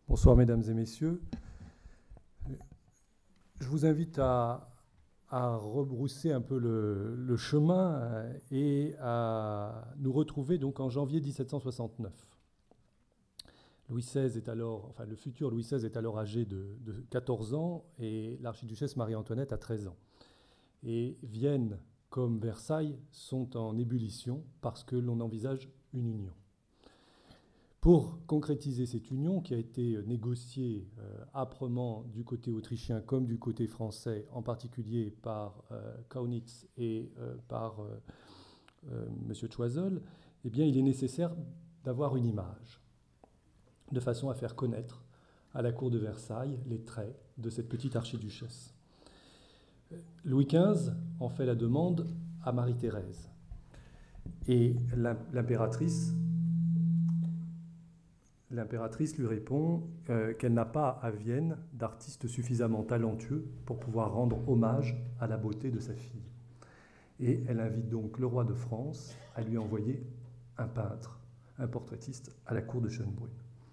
Bonsoir mesdames et messieurs. Je vous invite à rebrousser un peu le chemin et à nous retrouver donc en janvier 1769. Louis XVI est alors, enfin le futur Louis XVI est alors âgé de 14 ans et l'archiduchesse Marie-Antoinette a 13 ans. Et Vienne comme Versailles sont en ébullition parce que l'on envisage une union. Pour concrétiser cette union qui a été négociée âprement du côté autrichien comme du côté français, en particulier par Kaunitz et par M. Choiseul, eh bien, il est nécessaire d'avoir une image, de façon à faire connaître à la cour de Versailles les traits de cette petite archiduchesse. Louis XV en fait la demande à Marie-Thérèse. Et l'impératrice lui répond qu'elle n'a pas à Vienne d'artiste suffisamment talentueux pour pouvoir rendre hommage à la beauté de sa fille. Et elle invite donc le roi de France à lui envoyer un peintre, un portraitiste à la cour de Schönbrunn.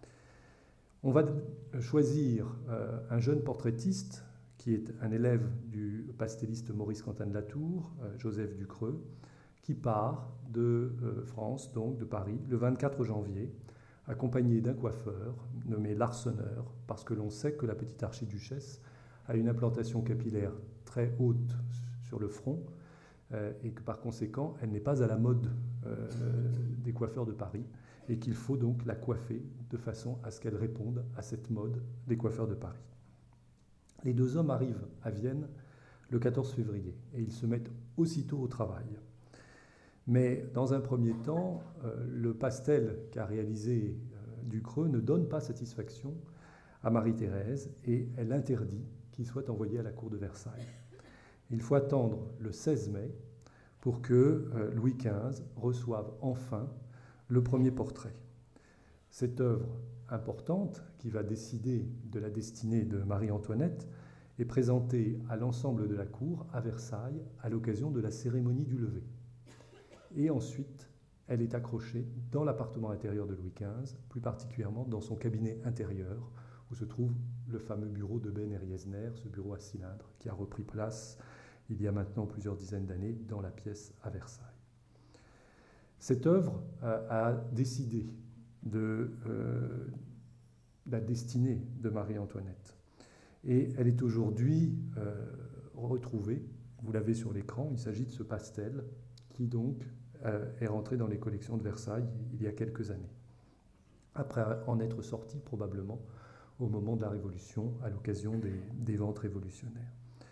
On va choisir un jeune portraitiste qui est un élève du pastelliste Maurice Quentin de la Tour, Joseph Ducreux, qui part de France, donc de Paris, le 24 janvier, accompagné d'un coiffeur nommé Larsonneur, parce que l'on sait que la petite archiduchesse a une implantation capillaire très haute sur le front et que par conséquent, elle n'est pas à la mode des coiffeurs de Paris et qu'il faut donc la coiffer de façon à ce qu'elle réponde à cette mode des coiffeurs de Paris. Les deux hommes arrivent à Vienne le 14 février et ils se mettent aussitôt au travail. Mais dans un premier temps, le pastel qu'a réalisé Ducreux ne donne pas satisfaction à Marie-Thérèse et elle interdit qu'il soit envoyé à la cour de Versailles. Il faut attendre le 16 mai pour que Louis XV reçoive enfin le premier portrait. Cette œuvre importante, qui va décider de la destinée de Marie-Antoinette, est présentée à l'ensemble de la cour à Versailles à l'occasion de la cérémonie du lever. Et ensuite, elle est accrochée dans l'appartement intérieur de Louis XV, plus particulièrement dans son cabinet intérieur, où se trouve le fameux bureau de Ben Riesner, ce bureau à cylindre qui a repris place il y a maintenant plusieurs dizaines d'années dans la pièce à Versailles. Cette œuvre a décidé de la destinée de Marie-Antoinette. Et elle est aujourd'hui retrouvée, vous l'avez sur l'écran, il s'agit de ce pastel qui donc est rentré dans les collections de Versailles il y a quelques années, après en être sorti probablement au moment de la Révolution, à l'occasion des ventes révolutionnaires.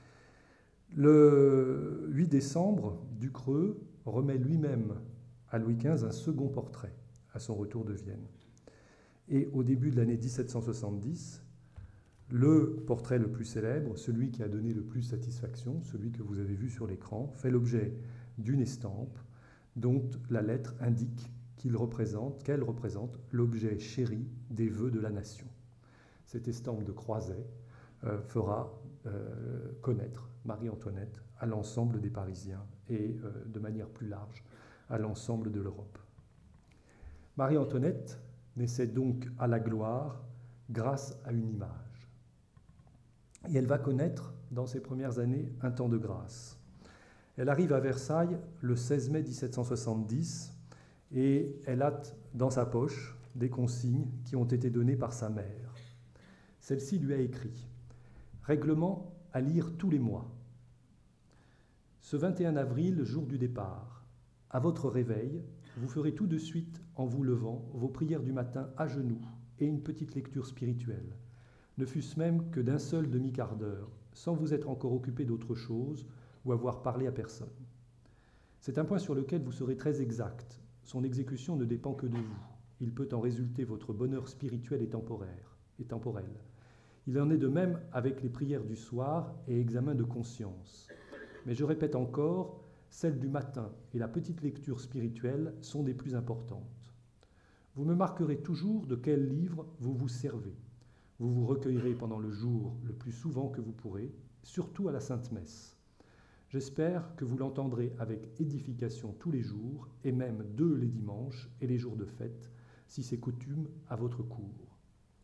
Le 8 décembre, Ducreux remet lui-même à Louis XV un second portrait à son retour de Vienne. Et au début de l'année 1770, le portrait le plus célèbre, celui qui a donné le plus satisfaction, celui que vous avez vu sur l'écran, fait l'objet d'une estampe dont la lettre indique qu'elle représente l'objet chéri des vœux de la nation. Cette estampe de Croiset fera connaître Marie-Antoinette à l'ensemble des Parisiens et de manière plus large à l'ensemble de l'Europe. Marie-Antoinette naissait donc à la gloire grâce à une image. Et elle va connaître dans ses premières années un temps de grâce. Elle arrive à Versailles le 16 mai 1770 et elle a dans sa poche des consignes qui ont été données par sa mère. Celle-ci lui a écrit « Règlement à lire tous les mois. Ce 21 avril, jour du départ, à votre réveil, vous ferez tout de suite, en vous levant, vos prières du matin à genoux et une petite lecture spirituelle, ne fût-ce même que d'un seul demi-quart d'heure, sans vous être encore occupé d'autre chose ou avoir parlé à personne. C'est un point sur lequel vous serez très exact. Son exécution ne dépend que de vous. Il peut en résulter votre bonheur spirituel et temporel. Il en est de même avec les prières du soir et examen de conscience. Mais je répète encore, celles du matin et la petite lecture spirituelle sont des plus importantes. Vous me marquerez toujours de quel livre vous vous servez. Vous vous recueillerez pendant le jour le plus souvent que vous pourrez, surtout à la Sainte Messe. J'espère que vous l'entendrez avec édification tous les jours, et même 2 les dimanches et les jours de fête, si c'est coutume à votre cour.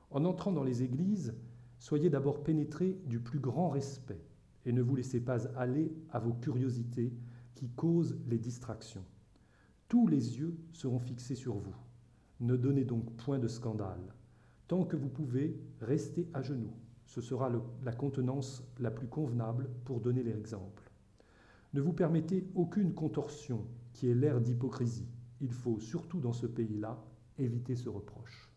En entrant dans les églises, soyez d'abord pénétrés du plus grand respect et ne vous laissez pas aller à vos curiosités qui causent les distractions. Tous les yeux seront fixés sur vous. Ne donnez donc point de scandale. Tant que vous pouvez, restez à genoux. Ce sera la contenance la plus convenable pour donner l'exemple. Ne vous permettez aucune contorsion qui ait l'air d'hypocrisie. Il faut, surtout dans ce pays-là, éviter ce reproche.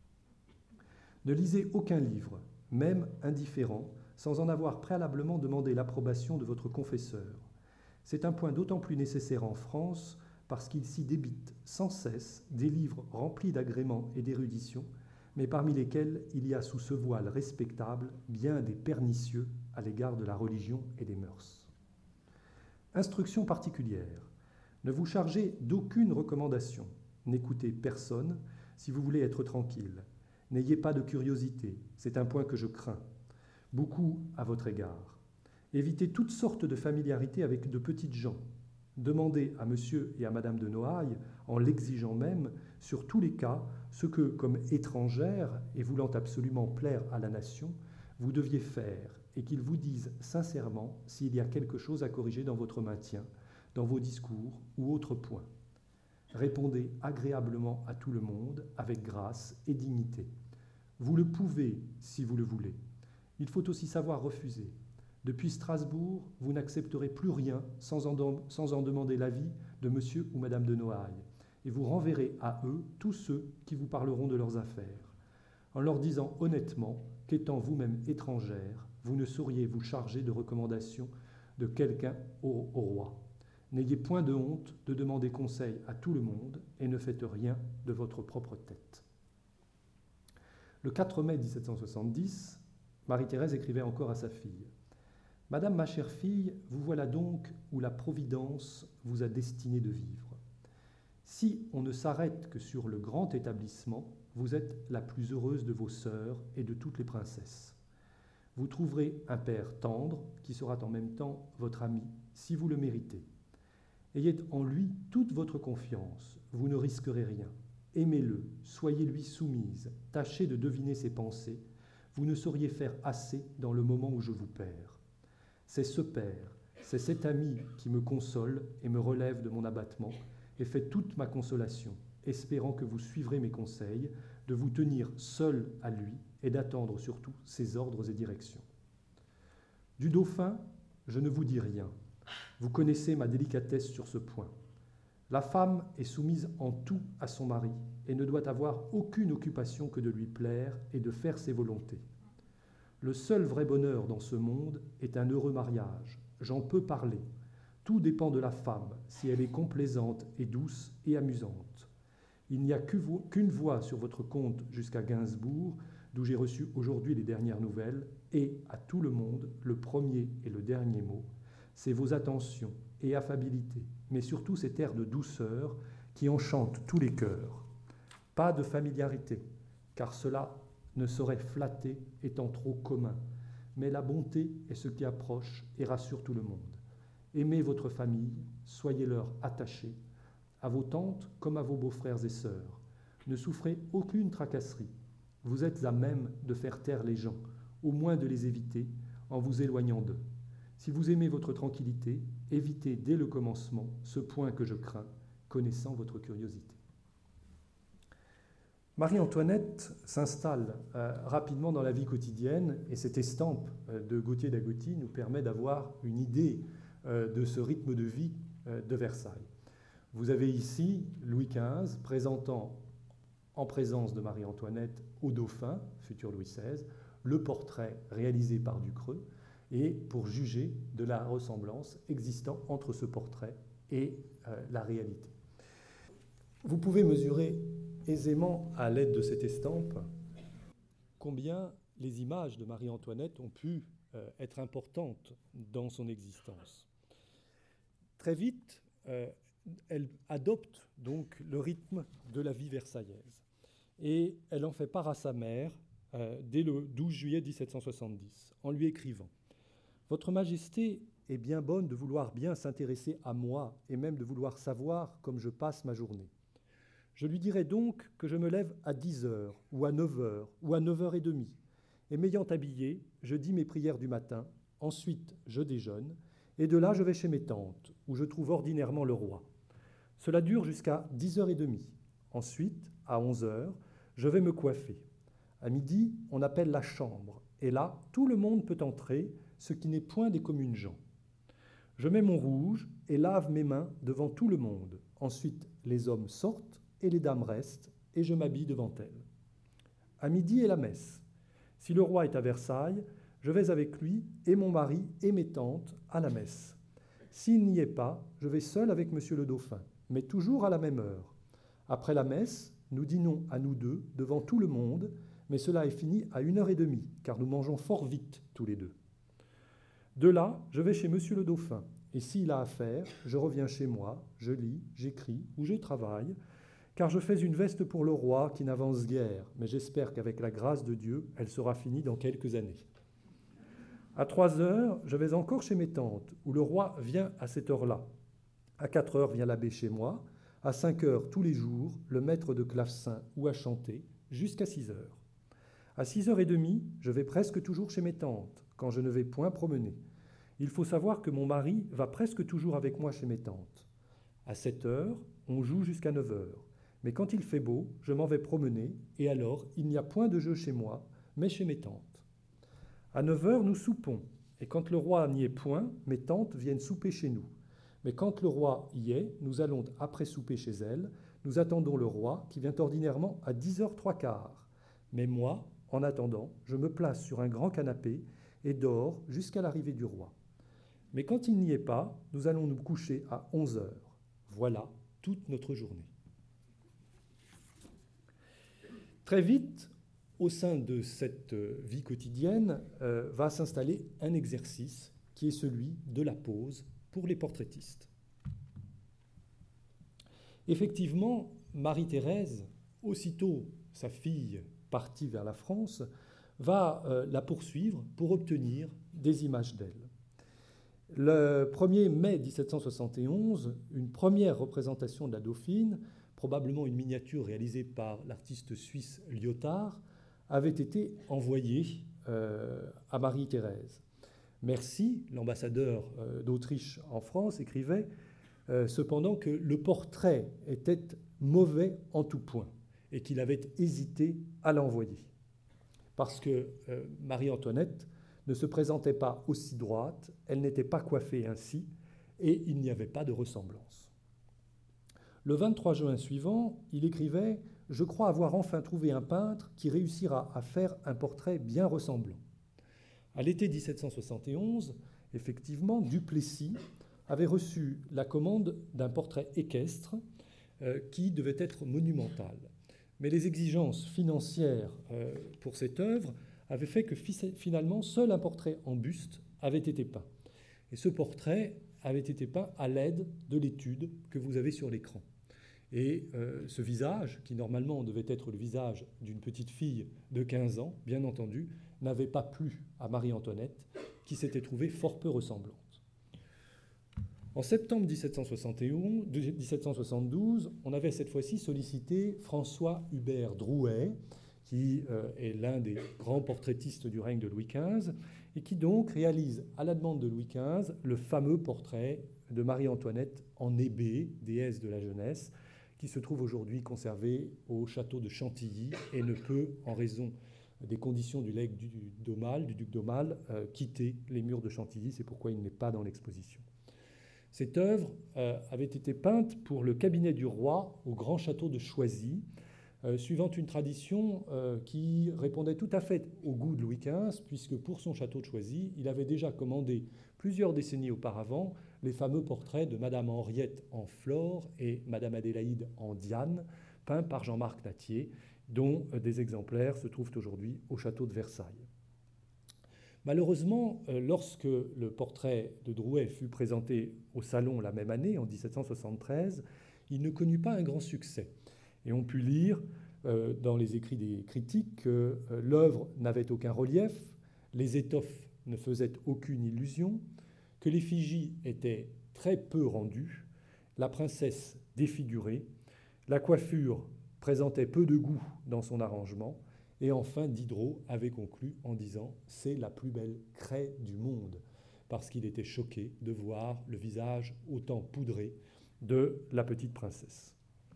Ne lisez aucun livre, même indifférent, sans en avoir préalablement demandé l'approbation de votre confesseur. C'est un point d'autant plus nécessaire en France parce qu'il s'y débite sans cesse des livres remplis d'agréments et d'érudition, mais parmi lesquels il y a sous ce voile respectable bien des pernicieux à l'égard de la religion et des mœurs. Instruction particulière. Ne vous chargez d'aucune recommandation. N'écoutez personne si vous voulez être tranquille. N'ayez pas de curiosité, c'est un point que je crains beaucoup à votre égard. Évitez toutes sortes de familiarités avec de petites gens. Demandez à monsieur et à madame de Noailles, en l'exigeant même, sur tous les cas, ce que, comme étrangère et voulant absolument plaire à la nation, vous deviez faire, et qu'ils vous disent sincèrement s'il y a quelque chose à corriger dans votre maintien, dans vos discours ou autres points. Répondez agréablement à tout le monde, avec grâce et dignité. Vous le pouvez si vous le voulez. Il faut aussi savoir refuser. Depuis Strasbourg, vous n'accepterez plus rien sans en demander l'avis de monsieur ou madame de Noailles, et vous renverrez à eux tous ceux qui vous parleront de leurs affaires, en leur disant honnêtement qu'étant vous-même étrangère, vous ne sauriez vous charger de recommandations de quelqu'un au roi. N'ayez point de honte de demander conseil à tout le monde et ne faites rien de votre propre tête. Le 4 mai 1770, Marie-Thérèse écrivait encore à sa fille « Madame, ma chère fille, vous voilà donc où la Providence vous a destiné de vivre. Si on ne s'arrête que sur le grand établissement, vous êtes la plus heureuse de vos sœurs et de toutes les princesses. Vous trouverez un père tendre qui sera en même temps votre ami, si vous le méritez. Ayez en lui toute votre confiance, vous ne risquerez rien. Aimez-le, soyez-lui soumise, tâchez de deviner ses pensées, vous ne sauriez faire assez dans le moment où je vous perds. C'est ce père, c'est cet ami qui me console et me relève de mon abattement et fait toute ma consolation, espérant que vous suivrez mes conseils, de vous tenir seul à lui et d'attendre surtout ses ordres et directions. Du dauphin, je ne vous dis rien. Vous connaissez ma délicatesse sur ce point. La femme est soumise en tout à son mari et ne doit avoir aucune occupation que de lui plaire et de faire ses volontés. Le seul vrai bonheur dans ce monde est un heureux mariage. J'en peux parler. Tout dépend de la femme, si elle est complaisante et douce et amusante. Il n'y a qu'une voix sur votre compte jusqu'à Gainsbourg, d'où j'ai reçu aujourd'hui les dernières nouvelles, et à tout le monde, le premier et le dernier mot, c'est vos attentions et affabilités, mais surtout cet air de douceur qui enchante tous les cœurs. Pas de familiarité, car cela ne saurait flatter étant trop commun, mais la bonté est ce qui approche et rassure tout le monde. Aimez votre famille, soyez-leur attachés, à vos tantes comme à vos beaux-frères et sœurs. Ne souffrez aucune tracasserie. Vous êtes à même de faire taire les gens, au moins de les éviter, en vous éloignant d'eux. Si vous aimez votre tranquillité, évitez dès le commencement ce point que je crains, connaissant votre curiosité. Marie-Antoinette s'installe rapidement dans la vie quotidienne et cette estampe de Gauthier d'Agotty nous permet d'avoir une idée de ce rythme de vie de Versailles. Vous avez ici Louis XV présentant en présence de Marie-Antoinette au dauphin, futur Louis XVI, le portrait réalisé par Ducreux et pour juger de la ressemblance existant entre ce portrait et la réalité. Vous pouvez mesurer aisément à l'aide de cette estampe combien les images de Marie-Antoinette ont pu être importantes dans son existence. Très vite, elle adopte donc le rythme de la vie versaillaise et elle en fait part à sa mère dès le 12 juillet 1770 en lui écrivant « Votre Majesté est bien bonne de vouloir bien s'intéresser à moi et même de vouloir savoir comme je passe ma journée. Je lui dirai donc que je me lève à 10 heures, ou à 9 heures, ou à 9h30. Et m'ayant habillé, je dis mes prières du matin, ensuite je déjeune, et de là je vais chez mes tantes, où je trouve ordinairement le roi. Cela dure jusqu'à 10h30. Ensuite, à 11 heures, je vais me coiffer. À midi, on appelle la chambre, et là, tout le monde peut entrer, ce qui n'est point des communes gens. Je mets mon rouge et lave mes mains devant tout le monde. Ensuite, les hommes sortent et les dames restent, et je m'habille devant elles. À midi est la messe. Si le roi est à Versailles, je vais avec lui et mon mari et mes tantes à la messe. S'il n'y est pas, je vais seul avec monsieur le dauphin, mais toujours à la même heure. Après la messe, nous dînons à nous deux devant tout le monde, mais cela est fini à 1h30, car nous mangeons fort vite tous les deux. De là, je vais chez monsieur le dauphin, et s'il a affaire, je reviens chez moi, je lis, j'écris ou je travaille, car je fais une veste pour le roi qui n'avance guère, mais j'espère qu'avec la grâce de Dieu, elle sera finie dans quelques années. À 3 heures, je vais encore chez mes tantes, où le roi vient à cette heure-là. À 4 heures vient l'abbé chez moi, à 5 heures tous les jours, le maître de clavecin ou à chanter, jusqu'à 6 heures. À 6h30, je vais presque toujours chez mes tantes, quand je ne vais point promener. Il faut savoir que mon mari va presque toujours avec moi chez mes tantes. À 7 heures, on joue jusqu'à 9 heures. Mais quand il fait beau, je m'en vais promener, et alors il n'y a point de jeu chez moi, mais chez mes tantes. À 9 heures, nous soupons, et quand le roi n'y est point, mes tantes viennent souper chez nous. Mais quand le roi y est, nous allons après souper chez elle, nous attendons le roi, qui vient ordinairement à 10h15. Mais moi, en attendant, je me place sur un grand canapé et dors jusqu'à l'arrivée du roi. Mais quand il n'y est pas, nous allons nous coucher à 11 heures. Voilà toute notre journée. Très vite, au sein de cette vie quotidienne, va s'installer un exercice qui est celui de la pose pour les portraitistes. Effectivement, Marie-Thérèse, aussitôt sa fille partie vers la France, va la poursuivre pour obtenir des images d'elle. Le 1er mai 1771, une première représentation de la Dauphine, probablement une miniature réalisée par l'artiste suisse Lyotard, avait été envoyée à Marie-Thérèse. Mercy, l'ambassadeur d'Autriche en France, écrivait cependant que le portrait était mauvais en tout point et qu'il avait hésité à l'envoyer parce que Marie-Antoinette ne se présentait pas aussi droite, elle n'était pas coiffée ainsi, et il n'y avait pas de ressemblance. Le 23 juin suivant, il écrivait « Je crois avoir enfin trouvé un peintre qui réussira à faire un portrait bien ressemblant ». À l'été 1771, effectivement, Duplessis avait reçu la commande d'un portrait équestre qui devait être monumental. Mais les exigences financières pour cette œuvre avaient fait que finalement, seul un portrait en buste avait été peint. Et ce portrait avait été peint à l'aide de l'étude que vous avez sur l'écran. Et ce visage, qui normalement devait être le visage d'une petite fille de 15 ans, bien entendu, n'avait pas plu à Marie-Antoinette, qui s'était trouvée fort peu ressemblante. En septembre 1772, on avait cette fois-ci sollicité François Hubert Drouet, qui est l'un des grands portraitistes du règne de Louis XV, et qui donc réalise, à la demande de Louis XV, le fameux portrait de Marie-Antoinette en Hébé, déesse de la jeunesse, qui se trouve aujourd'hui conservé au château de Chantilly et ne peut, en raison des conditions du duc d'Aumale, quitter les murs de Chantilly. C'est pourquoi il n'est pas dans l'exposition. Cette œuvre avait été peinte pour le cabinet du roi au grand château de Choisy, suivant une tradition qui répondait tout à fait au goût de Louis XV, puisque pour son château de Choisy, il avait déjà commandé plusieurs décennies auparavant les fameux portraits de Madame Henriette en Flore et Madame Adélaïde en Diane, peints par Jean-Marc Natier, dont des exemplaires se trouvent aujourd'hui au château de Versailles. Malheureusement, lorsque le portrait de Drouet fut présenté au Salon la même année, en 1773, il ne connut pas un grand succès. Et on put lire dans les écrits des critiques que l'œuvre n'avait aucun relief, les étoffes ne faisaient aucune illusion, que l'effigie était très peu rendue, la princesse défigurée, La coiffure présentait peu de goût dans son arrangement. Et enfin, Diderot avait conclu en disant « c'est la plus belle craie du monde », parce qu'il était choqué de voir le visage autant poudré de la petite princesse.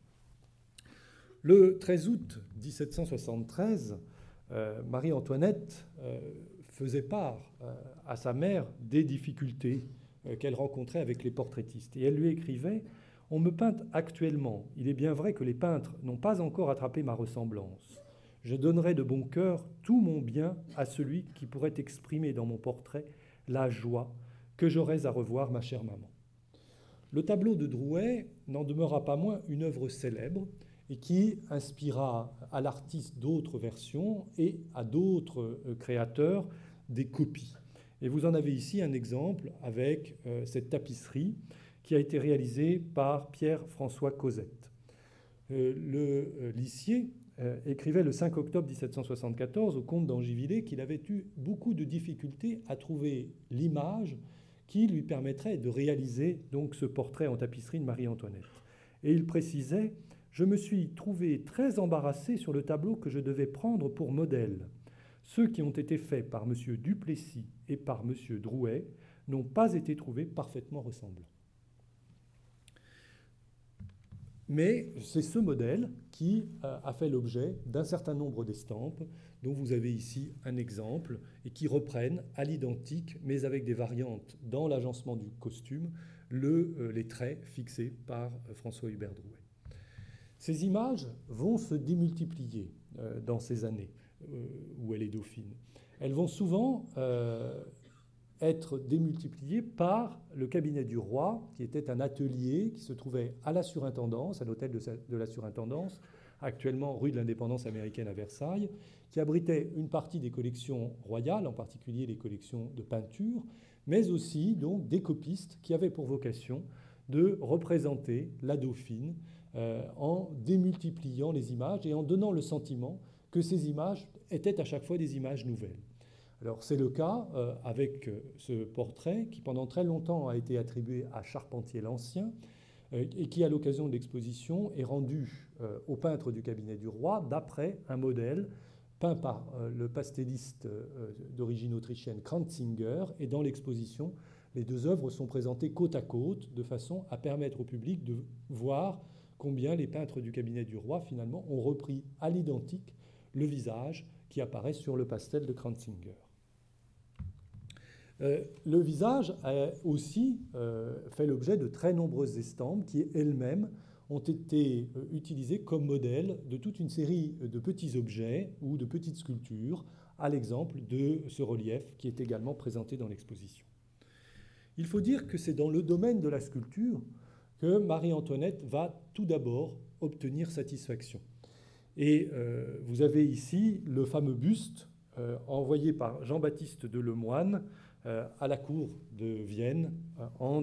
Le 13 août 1773, Marie-Antoinette faisait part à sa mère des difficultés qu'elle rencontrait avec les portraitistes. Et elle lui écrivait « On me peint actuellement. Il est bien vrai que les peintres n'ont pas encore attrapé ma ressemblance. Je donnerais de bon cœur tout mon bien à celui qui pourrait exprimer dans mon portrait la joie que j'aurais à revoir ma chère maman. » Le tableau de Drouet n'en demeura pas moins une œuvre célèbre et qui inspira à l'artiste d'autres versions et à d'autres créateurs des copies. Et vous en avez ici un exemple avec cette tapisserie qui a été réalisée par Pierre-François Cosette. Le Lissier écrivait le 5 octobre 1774 au comte d'Angivillers qu'il avait eu beaucoup de difficultés à trouver l'image qui lui permettrait de réaliser donc ce portrait en tapisserie de Marie-Antoinette. Et il précisait « Je me suis trouvé très embarrassé sur le tableau que je devais prendre pour modèle. Ceux qui ont été faits par M. Duplessis et par M. Drouet n'ont pas été trouvés parfaitement ressemblants. » Mais c'est ce modèle qui a fait l'objet d'un certain nombre d'estampes, dont vous avez ici un exemple, et qui reprennent à l'identique, mais avec des variantes dans l'agencement du costume, les traits fixés par François Hubert Drouet. Ces images vont se démultiplier dans ces années où elle est dauphine. Elles vont souvent être démultipliées par le cabinet du roi, qui était un atelier qui se trouvait à la surintendance, à l'hôtel de la surintendance, actuellement rue de l'Indépendance américaine à Versailles, qui abritait une partie des collections royales, en particulier les collections de peinture, mais aussi donc des copistes qui avaient pour vocation de représenter la dauphine en démultipliant les images et en donnant le sentiment que ces images étaient à chaque fois des images nouvelles. Alors c'est le cas avec ce portrait qui pendant très longtemps a été attribué à Charpentier l'Ancien et qui à l'occasion de l'exposition est rendu au peintre du cabinet du roi d'après un modèle peint par le pastelliste d'origine autrichienne Kranzinger, et dans l'exposition les deux œuvres sont présentées côte à côte de façon à permettre au public de voir combien les peintres du cabinet du roi, finalement, ont repris à l'identique le visage qui apparaît sur le pastel de Kranzinger. Le visage a aussi fait l'objet de très nombreuses estampes qui, elles-mêmes, ont été utilisées comme modèle de toute une série de petits objets ou de petites sculptures, à l'exemple de ce relief qui est également présenté dans l'exposition. Il faut dire que c'est dans le domaine de la sculpture que Marie-Antoinette va tout d'abord obtenir satisfaction. Et vous avez ici le fameux buste envoyé par Jean-Baptiste de Lemoine à la cour de Vienne en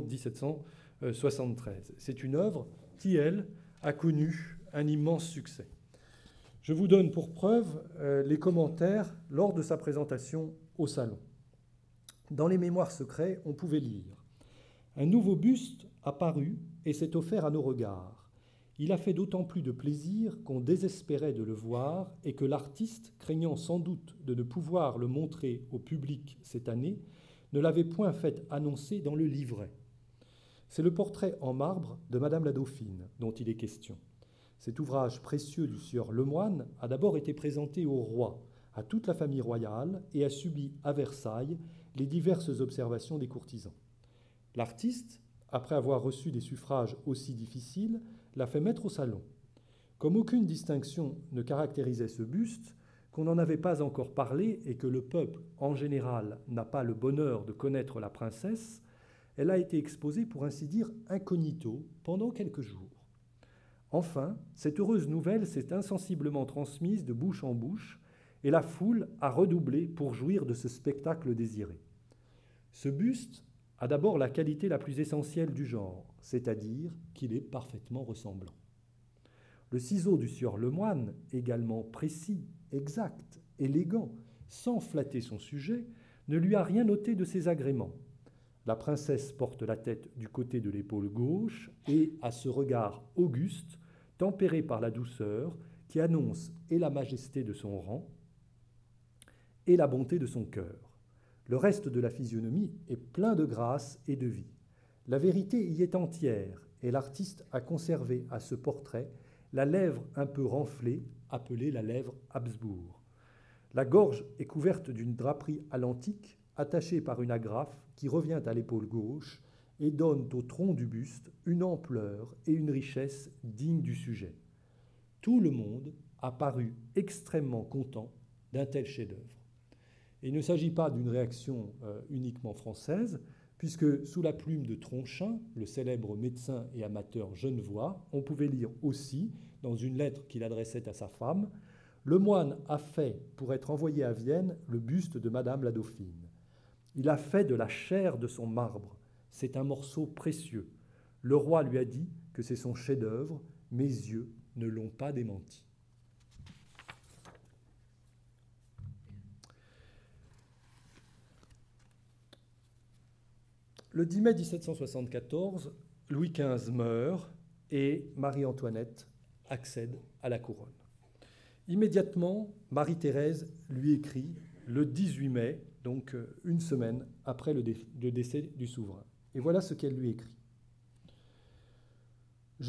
1773. C'est une œuvre qui, elle, a connu un immense succès. Je vous donne pour preuve les commentaires lors de sa présentation au Salon. Dans les mémoires secrets, on pouvait lire « Un nouveau buste a paru et s'est offert à nos regards. Il a fait d'autant plus de plaisir qu'on désespérait de le voir et que l'artiste, craignant sans doute de ne pouvoir le montrer au public cette année, ne l'avait point fait annoncer dans le livret. C'est le portrait en marbre de Madame la Dauphine dont il est question. Cet ouvrage précieux du sieur Lemoine a d'abord été présenté au roi, à toute la famille royale et a subi à Versailles les diverses observations des courtisans. L'artiste, après avoir reçu des suffrages aussi difficiles, l'a fait mettre au salon. Comme aucune distinction ne caractérisait ce buste, qu'on n'en avait pas encore parlé et que le peuple, en général, n'a pas le bonheur de connaître la princesse, elle a été exposée, pour ainsi dire, incognito pendant quelques jours. Enfin, cette heureuse nouvelle s'est insensiblement transmise de bouche en bouche et la foule a redoublé pour jouir de ce spectacle désiré. Ce buste a d'abord la qualité la plus essentielle du genre, c'est-à-dire qu'il est parfaitement ressemblant. Le ciseau du sieur Lemoine, également précis, exact, élégant, sans flatter son sujet, ne lui a rien noté de ses agréments. La princesse porte la tête du côté de l'épaule gauche et a ce regard auguste, tempéré par la douceur qui annonce et la majesté de son rang et la bonté de son cœur. Le reste de la physionomie est plein de grâce et de vie. La vérité y est entière, et l'artiste a conservé à ce portrait la lèvre un peu renflée, appelée la lèvre Habsbourg. La gorge est couverte d'une draperie à l'antique, attachée par une agrafe qui revient à l'épaule gauche et donne au tronc du buste une ampleur et une richesse dignes du sujet. Tout le monde a paru extrêmement content d'un tel chef-d'œuvre. Et il ne s'agit pas d'une réaction uniquement française, puisque sous la plume de Tronchin, le célèbre médecin et amateur genevois, on pouvait lire aussi, dans une lettre qu'il adressait à sa femme, « Le moine a fait, pour être envoyé à Vienne, le buste de Madame la Dauphine. Il a fait de la chair de son marbre. C'est un morceau précieux. Le roi lui a dit que c'est son chef-d'œuvre. Mes yeux ne l'ont pas démenti. » Le 10 mai 1774, Louis XV meurt et Marie-Antoinette accède à la couronne. Immédiatement, Marie-Thérèse lui écrit le 18 mai, donc une semaine après le décès du souverain. Et voilà ce qu'elle lui écrit. Je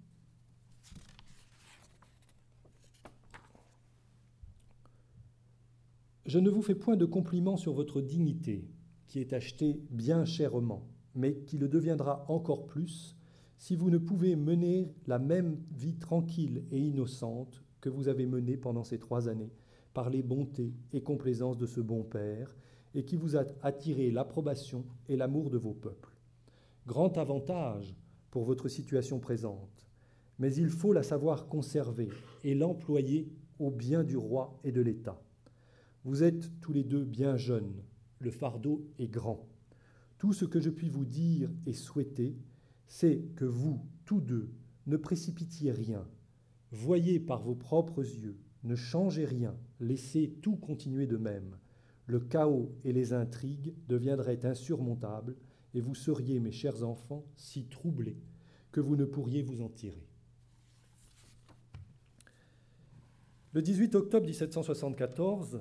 ne vous fais point de compliments sur votre dignité, qui est achetée bien chèrement, mais qui le deviendra encore plus si vous ne pouvez mener la même vie tranquille et innocente que vous avez menée pendant ces 3 années, par les bontés et complaisances de ce bon père, et qui vous a attiré l'approbation et l'amour de vos peuples. Grand avantage pour votre situation présente, mais il faut la savoir conserver et l'employer au bien du roi et de l'État. Vous êtes tous les deux bien jeunes, le fardeau est grand. Tout ce que je puis vous dire et souhaiter, c'est que vous, tous deux, ne précipitiez rien. Voyez par vos propres yeux, ne changez rien, laissez tout continuer de même. Le chaos et les intrigues deviendraient insurmontables et vous seriez, mes chers enfants, si troublés que vous ne pourriez vous en tirer. Le 18 octobre 1774,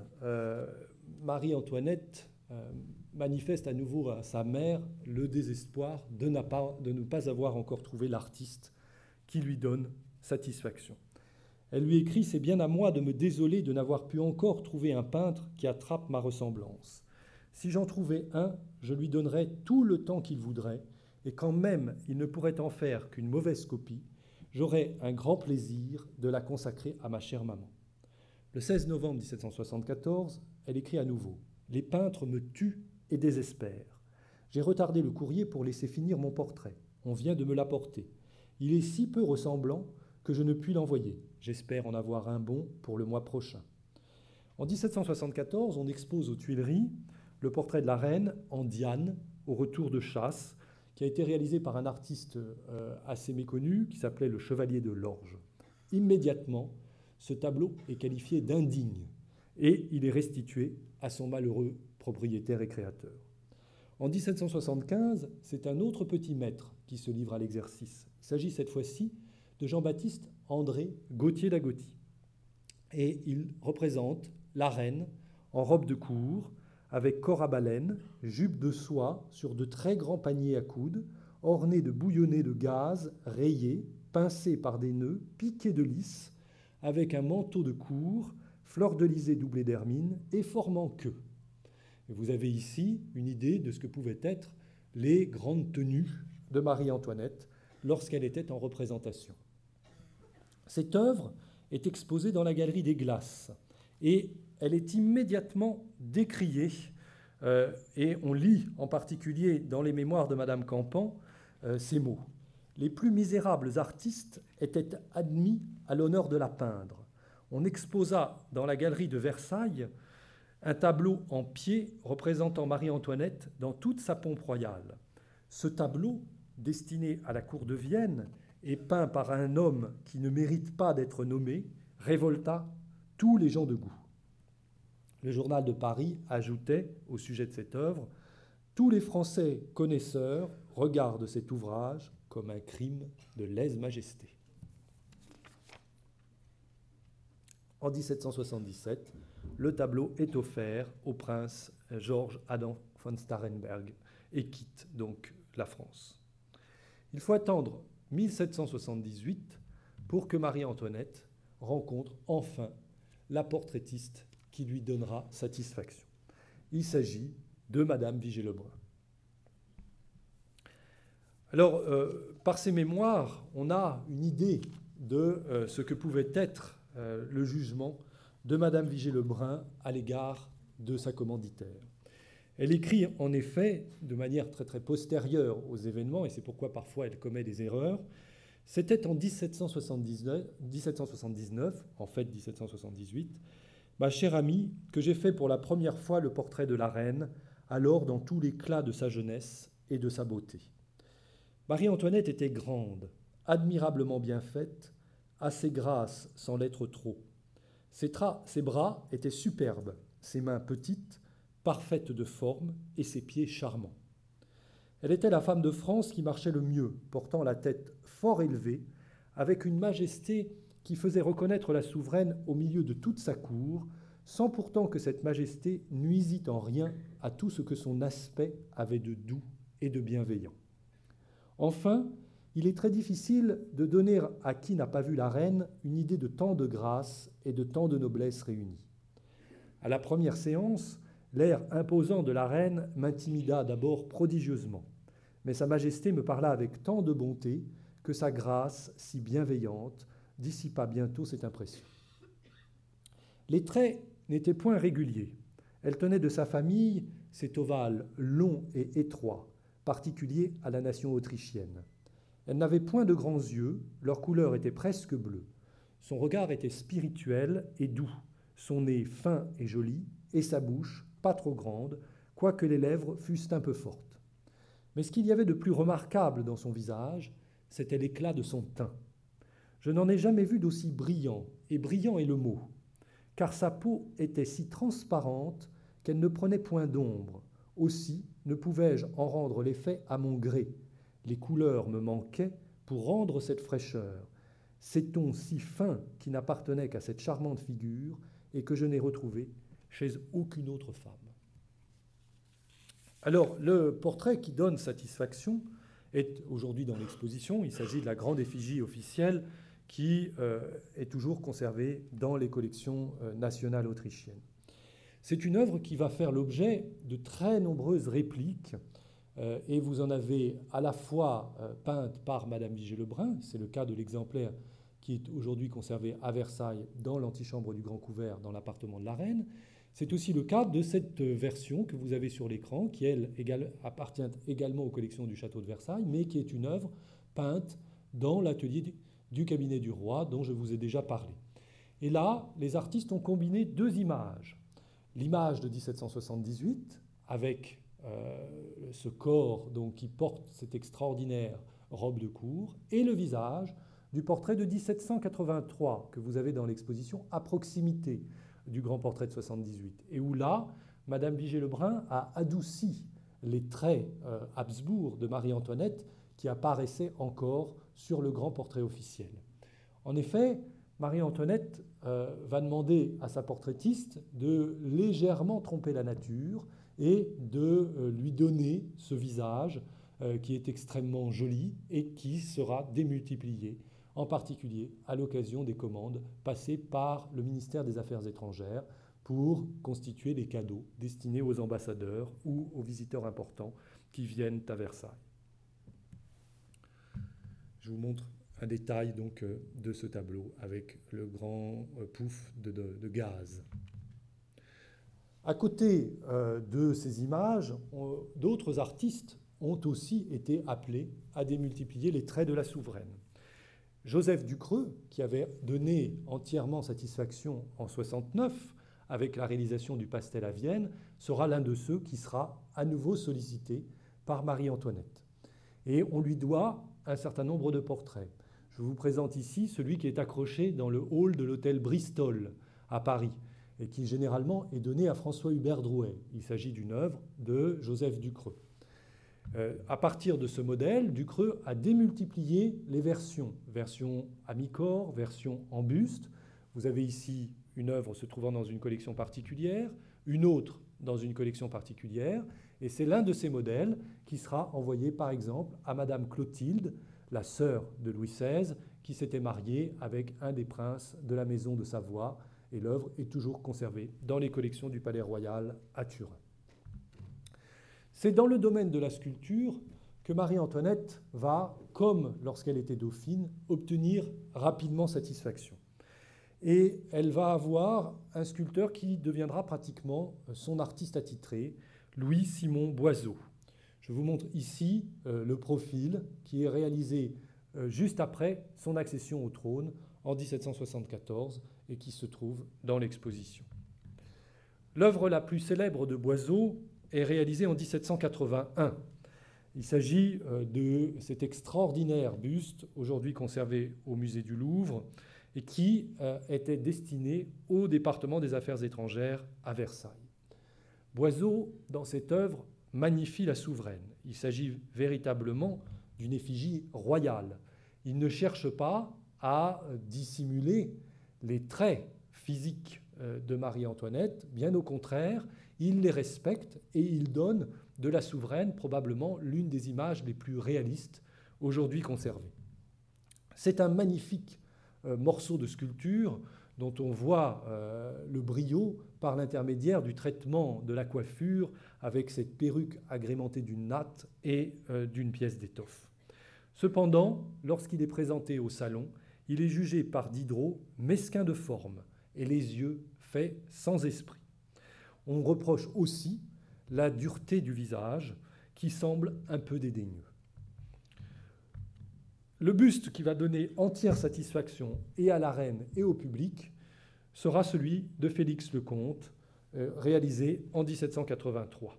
Marie-Antoinette manifeste à nouveau à sa mère le désespoir de ne pas avoir encore trouvé l'artiste qui lui donne satisfaction. Elle lui écrit « C'est bien à moi de me désoler de n'avoir pu encore trouver un peintre qui attrape ma ressemblance. Si j'en trouvais un, je lui donnerais tout le temps qu'il voudrait, et quand même il ne pourrait en faire qu'une mauvaise copie, j'aurais un grand plaisir de la consacrer à ma chère maman. » Le 16 novembre 1774, elle écrit à nouveau « Les peintres me tuent et désespèrent. J'ai retardé le courrier pour laisser finir mon portrait. On vient de me l'apporter. Il est si peu ressemblant que je ne puis l'envoyer. J'espère en avoir un bon pour le mois prochain. » En 1774, on expose aux Tuileries le portrait de la reine en Diane, au retour de chasse, qui a été réalisé par un artiste assez méconnu qui s'appelait le Chevalier de Lorge. Immédiatement, ce tableau est qualifié d'indigne et il est restitué à son malheureux propriétaire et créateur. En 1775, c'est un autre petit maître qui se livre à l'exercice. Il s'agit cette fois-ci de Jean-Baptiste André Gauthier d'Agoty. Et il représente la reine en robe de cour, avec corps à baleine, jupe de soie sur de très grands paniers à coudes, ornés de bouillonnets de gaze, rayés, pincés par des nœuds, piqués de lys, avec un manteau de cour, fleur-de-lysée doublée d'hermine et formant queue. Et vous avez ici une idée de ce que pouvaient être les grandes tenues de Marie-Antoinette lorsqu'elle était en représentation. Cette œuvre est exposée dans la galerie des Glaces et elle est immédiatement décriée et on lit en particulier dans les mémoires de Madame Campan ces mots. Les plus misérables artistes étaient admis à l'honneur de la peindre. On exposa dans la galerie de Versailles un tableau en pied représentant Marie-Antoinette dans toute sa pompe royale. Ce tableau, destiné à la cour de Vienne et peint par un homme qui ne mérite pas d'être nommé, révolta tous les gens de goût. Le journal de Paris ajoutait au sujet de cette œuvre « Tous les Français connaisseurs regardent cet ouvrage comme un crime de lèse-majesté ». En 1777, le tableau est offert au prince Georges Adam von Starhemberg et quitte donc la France. Il faut attendre 1778 pour que Marie-Antoinette rencontre enfin la portraitiste qui lui donnera satisfaction. Il s'agit de Madame Vigée-Lebrun. Alors, par ces mémoires, on a une idée de ce que pouvait être le jugement de Madame Vigée-Lebrun à l'égard de sa commanditaire. Elle écrit en effet de manière très très postérieure aux événements, et c'est pourquoi parfois elle commet des erreurs. C'était en 1779, en fait 1778, ma chère amie, que j'ai fait pour la première fois le portrait de la reine, alors dans tout l'éclat de sa jeunesse et de sa beauté. Marie-Antoinette était grande, admirablement bien faite, assez grasse sans l'être trop. Ses bras étaient superbes, ses mains petites, parfaites de forme, et ses pieds charmants. Elle était la femme de France qui marchait le mieux, portant la tête fort élevée, avec une majesté qui faisait reconnaître la souveraine au milieu de toute sa cour, sans pourtant que cette majesté nuisît en rien à tout ce que son aspect avait de doux et de bienveillant. Enfin, il est très difficile de donner à qui n'a pas vu la reine une idée de tant de grâce et de tant de noblesse réunies. À la première séance, l'air imposant de la reine m'intimida d'abord prodigieusement, mais sa majesté me parla avec tant de bonté que sa grâce, si bienveillante, dissipa bientôt cette impression. Les traits n'étaient point réguliers. Elle tenait de sa famille cet ovale long et étroit, particulier à la nation autrichienne. Elle n'avait point de grands yeux, leur couleur était presque bleue. Son regard était spirituel et doux, son nez fin et joli, et sa bouche, pas trop grande, quoique les lèvres fussent un peu fortes. Mais ce qu'il y avait de plus remarquable dans son visage, c'était l'éclat de son teint. Je n'en ai jamais vu d'aussi brillant, et brillant est le mot, car sa peau était si transparente qu'elle ne prenait point d'ombre. Aussi ne pouvais-je en rendre l'effet à mon gré. Les couleurs me manquaient pour rendre cette fraîcheur, ces tons si fins qui n'appartenaient qu'à cette charmante figure et que je n'ai retrouvé chez aucune autre femme. Alors, le portrait qui donne satisfaction est aujourd'hui dans l'exposition. Il s'agit de la grande effigie officielle qui est toujours conservée dans les collections nationales autrichiennes. C'est une œuvre qui va faire l'objet de très nombreuses répliques, et vous en avez à la fois peinte par Madame Vigée-Lebrun, c'est le cas de l'exemplaire qui est aujourd'hui conservé à Versailles dans l'antichambre du Grand Couvert, dans l'appartement de la Reine. C'est aussi le cas de cette version que vous avez sur l'écran, qui, elle, appartient également aux collections du château de Versailles, mais qui est une œuvre peinte dans l'atelier du cabinet du roi, dont je vous ai déjà parlé. Et là, les artistes ont combiné deux images. L'image de 1778, avec ce corps donc, qui porte cette extraordinaire robe de cour, et le visage du portrait de 1783, que vous avez dans l'exposition à proximité du grand portrait de 78, et où là, Madame Vigée-Lebrun a adouci les traits Habsbourg de Marie-Antoinette qui apparaissaient encore sur le grand portrait officiel. En effet, Marie-Antoinette va demander à sa portraitiste de légèrement tromper la nature et de lui donner ce visage qui est extrêmement joli et qui sera démultiplié, en particulier à l'occasion des commandes passées par le ministère des Affaires étrangères pour constituer les cadeaux destinés aux ambassadeurs ou aux visiteurs importants qui viennent à Versailles. Je vous montre un détail donc de ce tableau avec le grand pouf de gaz. À côté de ces images, d'autres artistes ont aussi été appelés à démultiplier les traits de la souveraine. Joseph Ducreux, qui avait donné entièrement satisfaction en 69 avec la réalisation du Pastel à Vienne, sera l'un de ceux qui sera à nouveau sollicité par Marie-Antoinette. Et on lui doit un certain nombre de portraits. Je vous présente ici celui qui est accroché dans le hall de l'hôtel Bristol à Paris et qui généralement est donné à François Hubert Drouet. Il s'agit d'une œuvre de Joseph Ducreux. À partir de ce modèle, Ducreux a démultiplié les versions à mi-corps, version en buste. Vous avez ici une œuvre se trouvant dans une collection particulière, une autre dans une collection particulière, et c'est l'un de ces modèles qui sera envoyé par exemple à Madame Clotilde, la sœur de Louis XVI, qui s'était mariée avec un des princes de la maison de Savoie, et l'œuvre est toujours conservée dans les collections du Palais Royal à Turin. C'est dans le domaine de la sculpture que Marie-Antoinette va, comme lorsqu'elle était dauphine, obtenir rapidement satisfaction. Et elle va avoir un sculpteur qui deviendra pratiquement son artiste attitré, Louis-Simon Boiseau. Je vous montre ici le profil qui est réalisé juste après son accession au trône en 1774 et qui se trouve dans l'exposition. L'œuvre la plus célèbre de Boiseau est réalisée en 1781. Il s'agit de cet extraordinaire buste, aujourd'hui conservé au musée du Louvre, et qui était destiné au département des Affaires étrangères à Versailles. Boiseau, dans cette œuvre, magnifie la souveraine. Il s'agit véritablement d'une effigie royale. Il ne cherche pas à dissimuler les traits physiques de Marie-Antoinette, bien au contraire, il les respecte et il donne de la souveraine probablement l'une des images les plus réalistes aujourd'hui conservées. C'est un magnifique morceau de sculpture dont on voit le brio par l'intermédiaire du traitement de la coiffure avec cette perruque agrémentée d'une natte et d'une pièce d'étoffe. Cependant, lorsqu'il est présenté au salon, il est jugé par Diderot mesquin de forme et les yeux faits sans esprit. On reproche aussi la dureté du visage qui semble un peu dédaigneux. Le buste qui va donner entière satisfaction et à la reine et au public sera celui de Félix Lecomte, réalisé en 1783.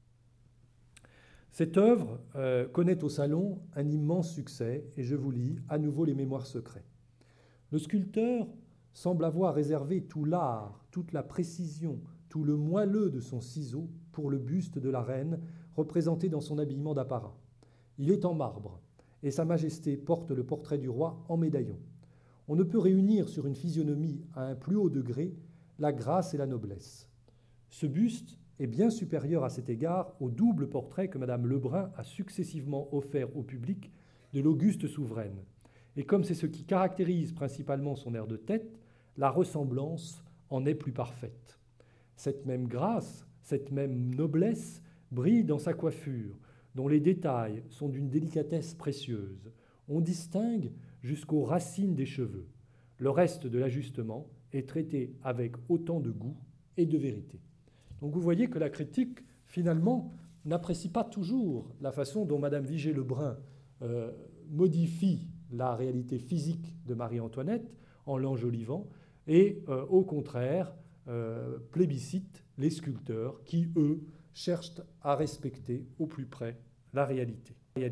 Cette œuvre connaît au salon un immense succès et je vous lis à nouveau les mémoires secrets. Le sculpteur semble avoir réservé tout l'art, toute la précision, tout le moelleux de son ciseau pour le buste de la reine représenté dans son habillement d'apparat. Il est en marbre et Sa Majesté porte le portrait du roi en médaillon. On ne peut réunir sur une physionomie à un plus haut degré la grâce et la noblesse. Ce buste est bien supérieur à cet égard au double portrait que Madame Lebrun a successivement offert au public de l'auguste souveraine. Et comme c'est ce qui caractérise principalement son air de tête, la ressemblance en est plus parfaite. Cette même grâce, cette même noblesse brille dans sa coiffure, dont les détails sont d'une délicatesse précieuse. On distingue jusqu'aux racines des cheveux. Le reste de l'ajustement est traité avec autant de goût et de vérité. Donc vous voyez que la critique, finalement, n'apprécie pas toujours la façon dont Madame Vigée-Lebrun modifie la réalité physique de Marie-Antoinette en l'enjolivant et, au contraire, plébiscite les sculpteurs qui, eux, cherchent à respecter au plus près la réalité.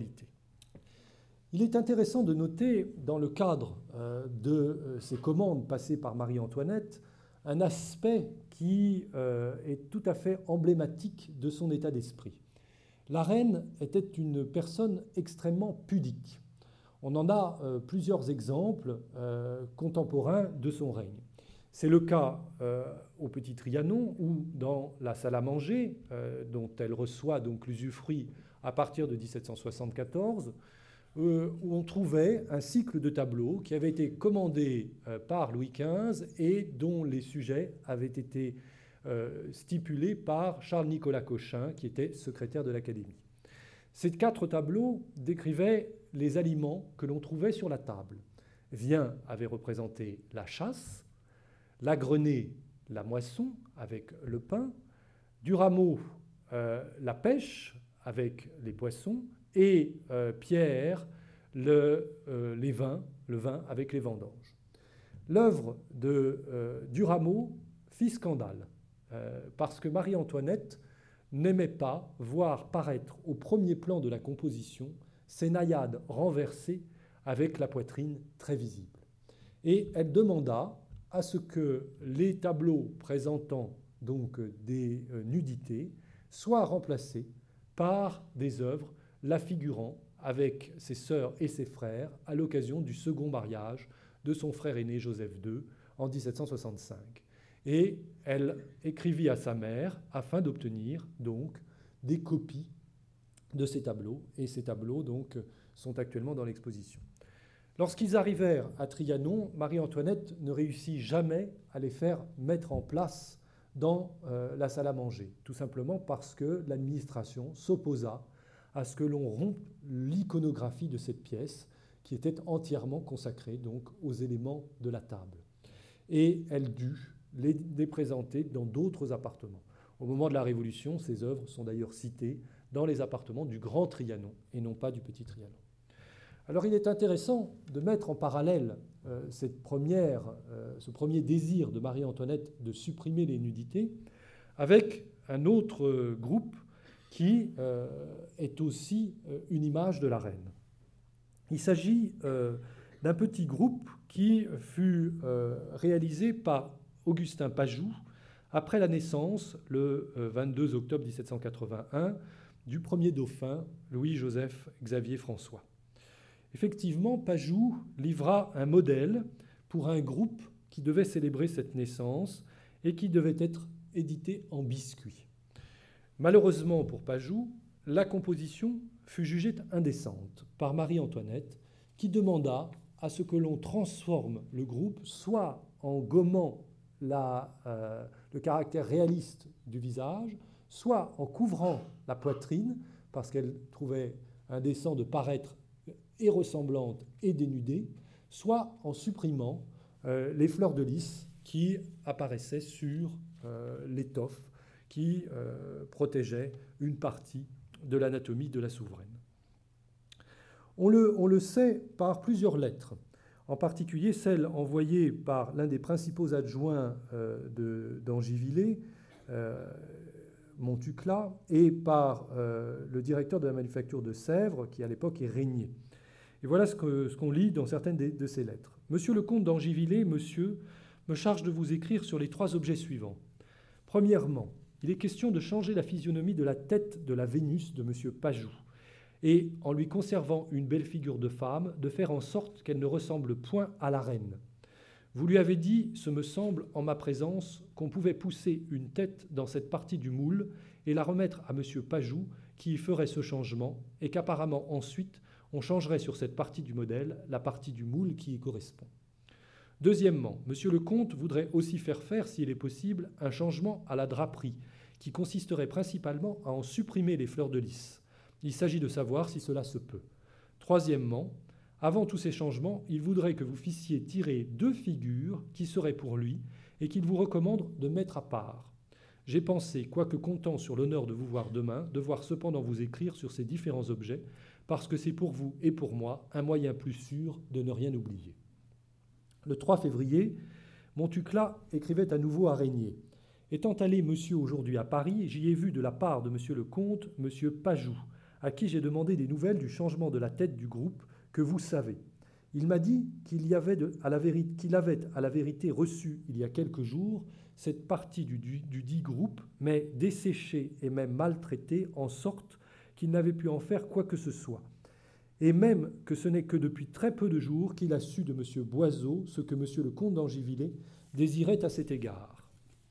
Il est intéressant de noter, dans le cadre de ces commandes passées par Marie-Antoinette, un aspect qui est tout à fait emblématique de son état d'esprit. La reine était une personne extrêmement pudique. On en a plusieurs exemples contemporains de son règne. C'est le cas au Petit Trianon ou dans la salle à manger, dont elle reçoit donc l'usufruit à partir de 1774, où on trouvait un cycle de tableaux qui avait été commandé par Louis XV et dont les sujets avaient été stipulés par Charles-Nicolas Cochin, qui était secrétaire de l'Académie. Ces 4 tableaux décrivaient les aliments que l'on trouvait sur la table. Vien avait représenté la chasse, Lagrenet, la moisson avec le pain, Durameau, la pêche avec les poissons, et Pierre, le vin avec les vendanges. L'œuvre de Durameau fit scandale, parce que Marie-Antoinette n'aimait pas voir paraître au premier plan de la composition ces naïades renversées avec la poitrine très visible. Et elle demanda à ce que les tableaux présentant donc des nudités soient remplacés par des œuvres la figurant avec ses sœurs et ses frères à l'occasion du second mariage de son frère aîné Joseph II en 1765. Et elle écrivit à sa mère afin d'obtenir donc des copies de ces tableaux. Et ces tableaux donc sont actuellement dans l'exposition. Lorsqu'ils arrivèrent à Trianon, Marie-Antoinette ne réussit jamais à les faire mettre en place dans la salle à manger, tout simplement parce que l'administration s'opposa à ce que l'on rompe l'iconographie de cette pièce, qui était entièrement consacrée donc aux éléments de la table. Et elle dut les présenter dans d'autres appartements. Au moment de la Révolution, ces œuvres sont d'ailleurs citées dans les appartements du Grand Trianon et non pas du Petit Trianon. Alors il est intéressant de mettre en parallèle ce premier désir de Marie-Antoinette de supprimer les nudités avec un autre groupe qui est aussi une image de la reine. Il s'agit d'un petit groupe qui fut réalisé par Augustin Pajou après la naissance, le 22 octobre 1781, du premier dauphin, Louis-Joseph Xavier François. Effectivement, Pajou livra un modèle pour un groupe qui devait célébrer cette naissance et qui devait être édité en biscuit. Malheureusement pour Pajou, la composition fut jugée indécente par Marie-Antoinette, qui demanda à ce que l'on transforme le groupe soit en gommant le caractère réaliste du visage, soit en couvrant la poitrine, parce qu'elle trouvait indécent de paraître et ressemblante et dénudée, soit en supprimant les fleurs de lys qui apparaissaient sur l'étoffe qui protégeait une partie de l'anatomie de la souveraine. On le sait par plusieurs lettres, en particulier celle envoyée par l'un des principaux adjoints d'Angivillers, Montucla, et par le directeur de la manufacture de Sèvres, qui à l'époque est Régnier. Et voilà ce qu'on lit dans certaines de ces lettres. Monsieur le comte d'Angivillers, monsieur, me charge de vous écrire sur les 3 objets suivants. Premièrement, il est question de changer la physionomie de la tête de la Vénus de monsieur Pajou, et, en lui conservant une belle figure de femme, de faire en sorte qu'elle ne ressemble point à la reine. Vous lui avez dit, ce me semble, en ma présence, qu'on pouvait pousser une tête dans cette partie du moule et la remettre à monsieur Pajou, qui y ferait ce changement, et qu'apparemment ensuite, on changerait sur cette partie du modèle la partie du moule qui y correspond. Deuxièmement, monsieur le comte voudrait aussi faire, s'il est possible, un changement à la draperie, qui consisterait principalement à en supprimer les fleurs de lys. Il s'agit de savoir si cela se peut. Troisièmement, avant tous ces changements, il voudrait que vous fissiez tirer 2 figures qui seraient pour lui et qu'il vous recommande de mettre à part. J'ai pensé, quoique comptant sur l'honneur de vous voir demain, devoir cependant vous écrire sur ces différents objets, parce que c'est pour vous et pour moi un moyen plus sûr de ne rien oublier. Le 3 février, Montucla écrivait à nouveau à Régnier. Étant allé, monsieur, aujourd'hui à Paris, j'y ai vu de la part de monsieur le comte, monsieur Pajou, à qui j'ai demandé des nouvelles du changement de la tête du groupe que vous savez. Il m'a dit qu'il avait à la vérité reçu, il y a quelques jours, cette partie du dit groupe, mais desséchée et même maltraitée, en sorte qu'il n'avait pu en faire quoi que ce soit. Et même que ce n'est que depuis très peu de jours qu'il a su de M. Boiseau ce que M. le comte d'Angivillers désirait à cet égard.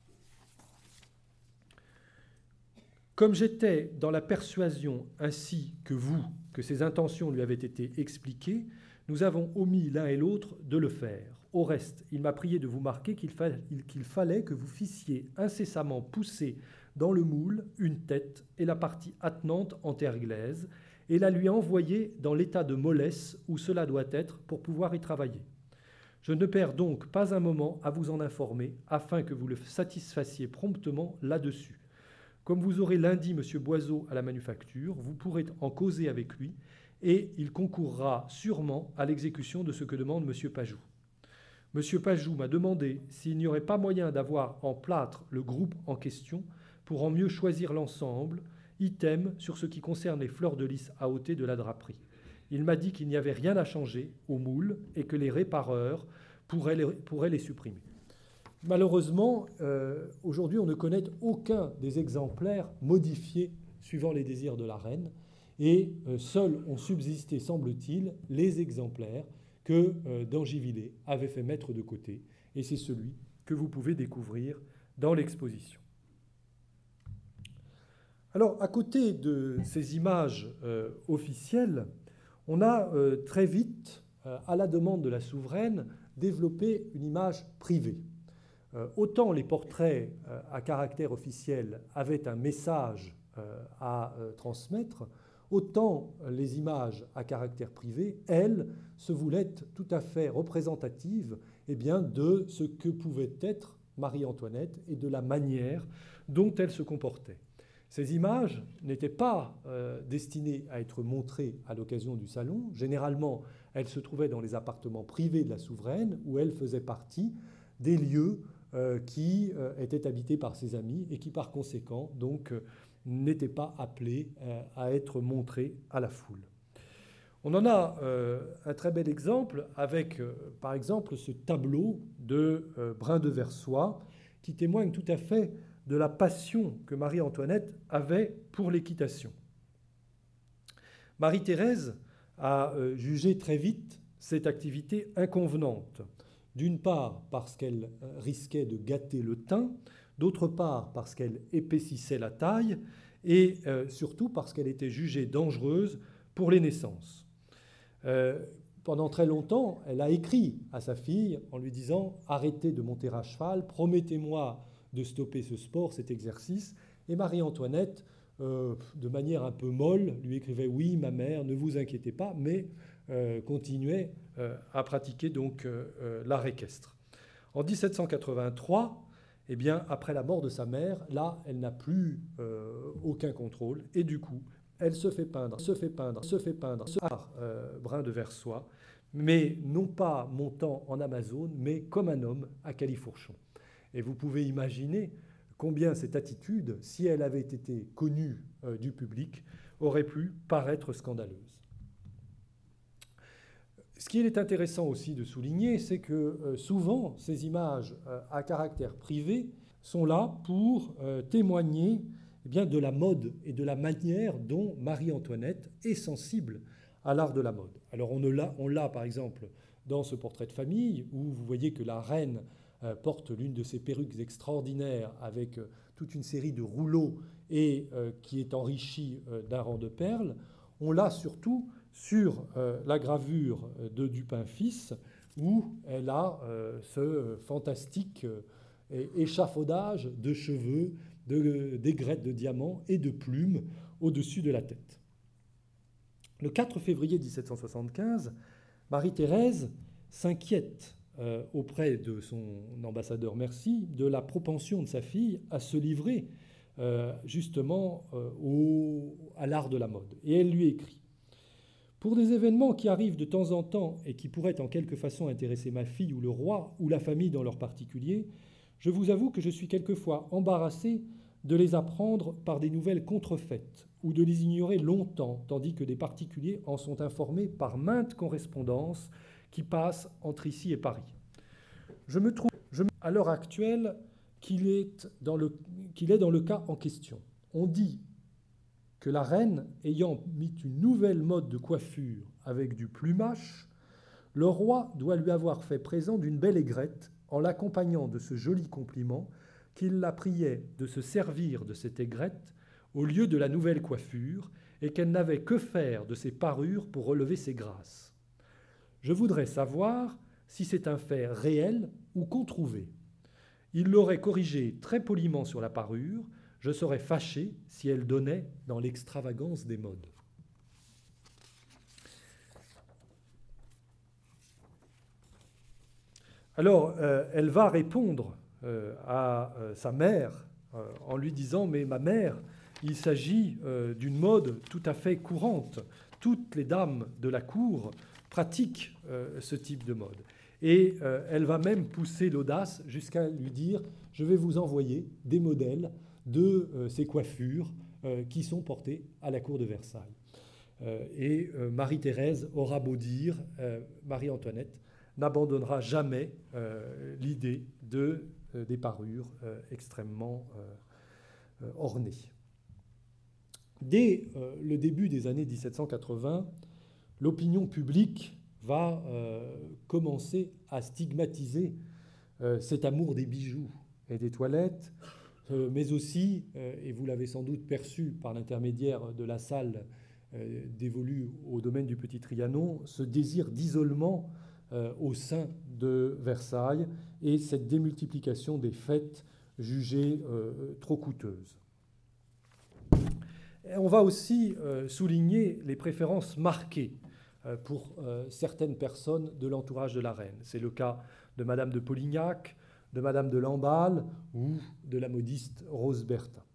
Comme j'étais dans la persuasion, ainsi que vous, que ses intentions lui avaient été expliquées, nous avons omis l'un et l'autre de le faire. Au reste, il m'a prié de vous marquer qu'il fallait que vous fissiez incessamment pousser dans le moule une tête et la partie attenante en terre glaise, et la lui envoyer dans l'état de mollesse où cela doit être pour pouvoir y travailler. Je ne perds donc pas un moment à vous en informer, afin que vous le satisfassiez promptement là-dessus. Comme vous aurez lundi M. Boiseau à la manufacture, vous pourrez en causer avec lui, et il concourra sûrement à l'exécution de ce que demande M. Pajou. M. Pajou m'a demandé s'il n'y aurait pas moyen d'avoir en plâtre le groupe en question pour en mieux choisir l'ensemble, item sur ce qui concerne les fleurs de lys à ôter de la draperie. Il m'a dit qu'il n'y avait rien à changer au moule et que les répareurs pourraient les supprimer. Malheureusement, aujourd'hui, on ne connaît aucun des exemplaires modifiés suivant les désirs de la reine, et seuls ont subsisté, semble-t-il, les exemplaires que d'Angivillers avait fait mettre de côté, et c'est celui que vous pouvez découvrir dans l'exposition. Alors, à côté de ces images officielles, on a très vite, à la demande de la souveraine, développé une image privée. Autant les portraits à caractère officiel avaient un message à transmettre, autant les images à caractère privé, elles, se voulaient tout à fait représentatives de ce que pouvait être Marie-Antoinette et de la manière dont elle se comportait. Ces images n'étaient pas destinées à être montrées à l'occasion du salon. Généralement, elles se trouvaient dans les appartements privés de la souveraine, où elles faisaient partie des lieux qui étaient habités par ses amis et qui, par conséquent, donc, n'étaient pas appelés à être montrés à la foule. On en a un très bel exemple avec, par exemple, ce tableau de Brin de Versoix qui témoigne tout à fait de la passion que Marie-Antoinette avait pour l'équitation. Marie-Thérèse a jugé très vite cette activité inconvenante, d'une part parce qu'elle risquait de gâter le teint, d'autre part parce qu'elle épaississait la taille, et surtout parce qu'elle était jugée dangereuse pour les naissances. Pendant très longtemps, elle a écrit à sa fille en lui disant « Arrêtez de monter à cheval, promettez-moi de stopper ce sport, cet exercice ». Et Marie-Antoinette, de manière un peu molle, lui écrivait « Oui, ma mère, ne vous inquiétez pas », mais continuait à pratiquer donc l'art équestre. En 1783, après la mort de sa mère, là, elle n'a plus aucun contrôle, et du coup, elle se fait peindre par Brin de Versoix, mais non pas montant en Amazone, mais comme un homme à califourchon. Et vous pouvez imaginer combien cette attitude, si elle avait été connue du public, aurait pu paraître scandaleuse. Ce qui est intéressant aussi de souligner, c'est que souvent, ces images à caractère privé sont là pour témoigner de la mode et de la manière dont Marie-Antoinette est sensible à l'art de la mode. Alors on l'a par exemple dans ce portrait de famille où vous voyez que la reine porte l'une de ces perruques extraordinaires avec toute une série de rouleaux et qui est enrichie d'un rang de perles. On l'a surtout sur la gravure de Dupin fils où elle a ce fantastique échafaudage de cheveux, d'aigrettes de diamants et de plumes au-dessus de la tête. Le 4 février 1775, Marie-Thérèse s'inquiète auprès de son ambassadeur Mercy de la propension de sa fille à se livrer justement à l'art de la mode. Et elle lui écrit « Pour des événements qui arrivent de temps en temps et qui pourraient en quelque façon intéresser ma fille ou le roi ou la famille dans leur particulier, je vous avoue que je suis quelquefois embarrassé de les apprendre par des nouvelles contrefaites ou de les ignorer longtemps, tandis que des particuliers en sont informés par maintes correspondances qui passent entre ici et Paris. Je me trouve à l'heure actuelle qu'il est dans le cas en question. On dit que la reine, ayant mis une nouvelle mode de coiffure avec du plumage, le roi doit lui avoir fait présent d'une belle aigrette en l'accompagnant de ce joli compliment qu'il la priait de se servir de cette aigrette au lieu de la nouvelle coiffure et qu'elle n'avait que faire de ses parures pour relever ses grâces. Je voudrais savoir si c'est un fait réel ou controuvé. Il l'aurait corrigé très poliment sur la parure, je serais fâché si elle donnait dans l'extravagance des modes. » Alors, elle va répondre à sa mère en lui disant « Mais ma mère, il s'agit d'une mode tout à fait courante. Toutes les dames de la cour pratiquent ce type de mode. » Et elle va même pousser l'audace jusqu'à lui dire « Je vais vous envoyer des modèles de ces coiffures qui sont portées à la cour de Versailles. » Et Marie-Thérèse aura beau dire, Marie-Antoinette n'abandonnera jamais l'idée des parures extrêmement ornées. Dès le début des années 1780, l'opinion publique va commencer à stigmatiser cet amour des bijoux et des toilettes, mais aussi, et vous l'avez sans doute perçu par l'intermédiaire de la salle dévolue au domaine du Petit Trianon, ce désir d'isolement au sein de Versailles et cette démultiplication des fêtes jugées trop coûteuses. Et on va aussi souligner les préférences marquées pour certaines personnes de l'entourage de la reine. C'est le cas de Madame de Polignac, de Madame de Lamballe ou de la modiste Rose Bertin.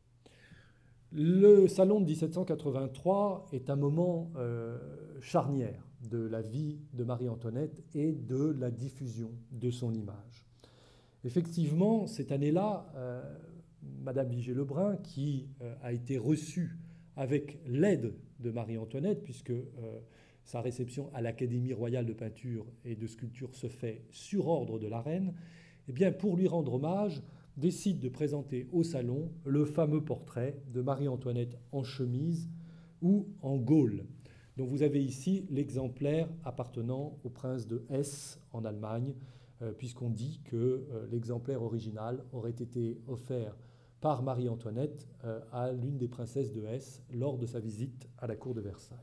Le salon de 1783 est un moment charnière de la vie de Marie-Antoinette et de la diffusion de son image. Effectivement, cette année-là, Madame Vigée-Lebrun, qui a été reçue avec l'aide de Marie-Antoinette, puisque sa réception à l'Académie royale de peinture et de sculpture se fait sur ordre de la reine, eh bien, pour lui rendre hommage, décide de présenter au salon le fameux portrait de Marie-Antoinette en chemise ou en gaule. Donc vous avez ici l'exemplaire appartenant au prince de Hesse en Allemagne, puisqu'on dit que l'exemplaire original aurait été offert par Marie-Antoinette à l'une des princesses de Hesse lors de sa visite à la cour de Versailles.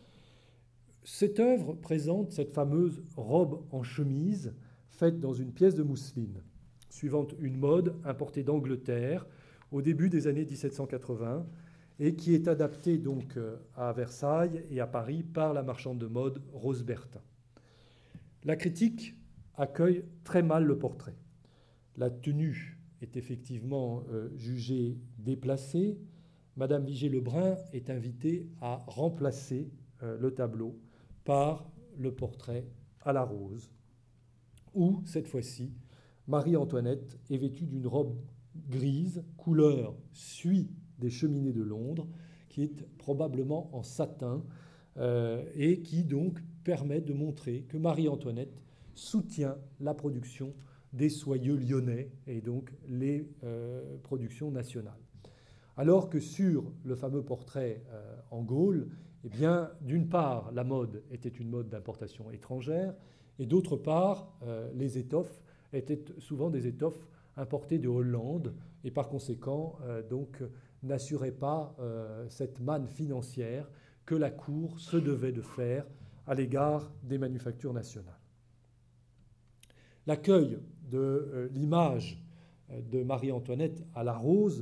Cette œuvre présente cette fameuse robe en chemise faite dans une pièce de mousseline, suivant une mode importée d'Angleterre au début des années 1780 et qui est adaptée donc à Versailles et à Paris par la marchande de mode Rose Bertin. La critique accueille très mal le portrait. La tenue est effectivement jugée déplacée. Madame Vigée-Lebrun est invitée à remplacer le tableau par le portrait à la rose, où, cette fois-ci, Marie-Antoinette est vêtue d'une robe grise, couleur suie des cheminées de Londres, qui est probablement en satin et qui donc permet de montrer que Marie-Antoinette soutient la production des soyeux lyonnais et donc les productions nationales. Alors que sur le fameux portrait en Gaule, eh bien, d'une part, la mode était une mode d'importation étrangère, et d'autre part, les étoffes étaient souvent des étoffes importées de Hollande, et par conséquent, donc, n'assuraient pas cette manne financière que la cour se devait de faire à l'égard des manufactures nationales. L'accueil de l'image de Marie-Antoinette à la rose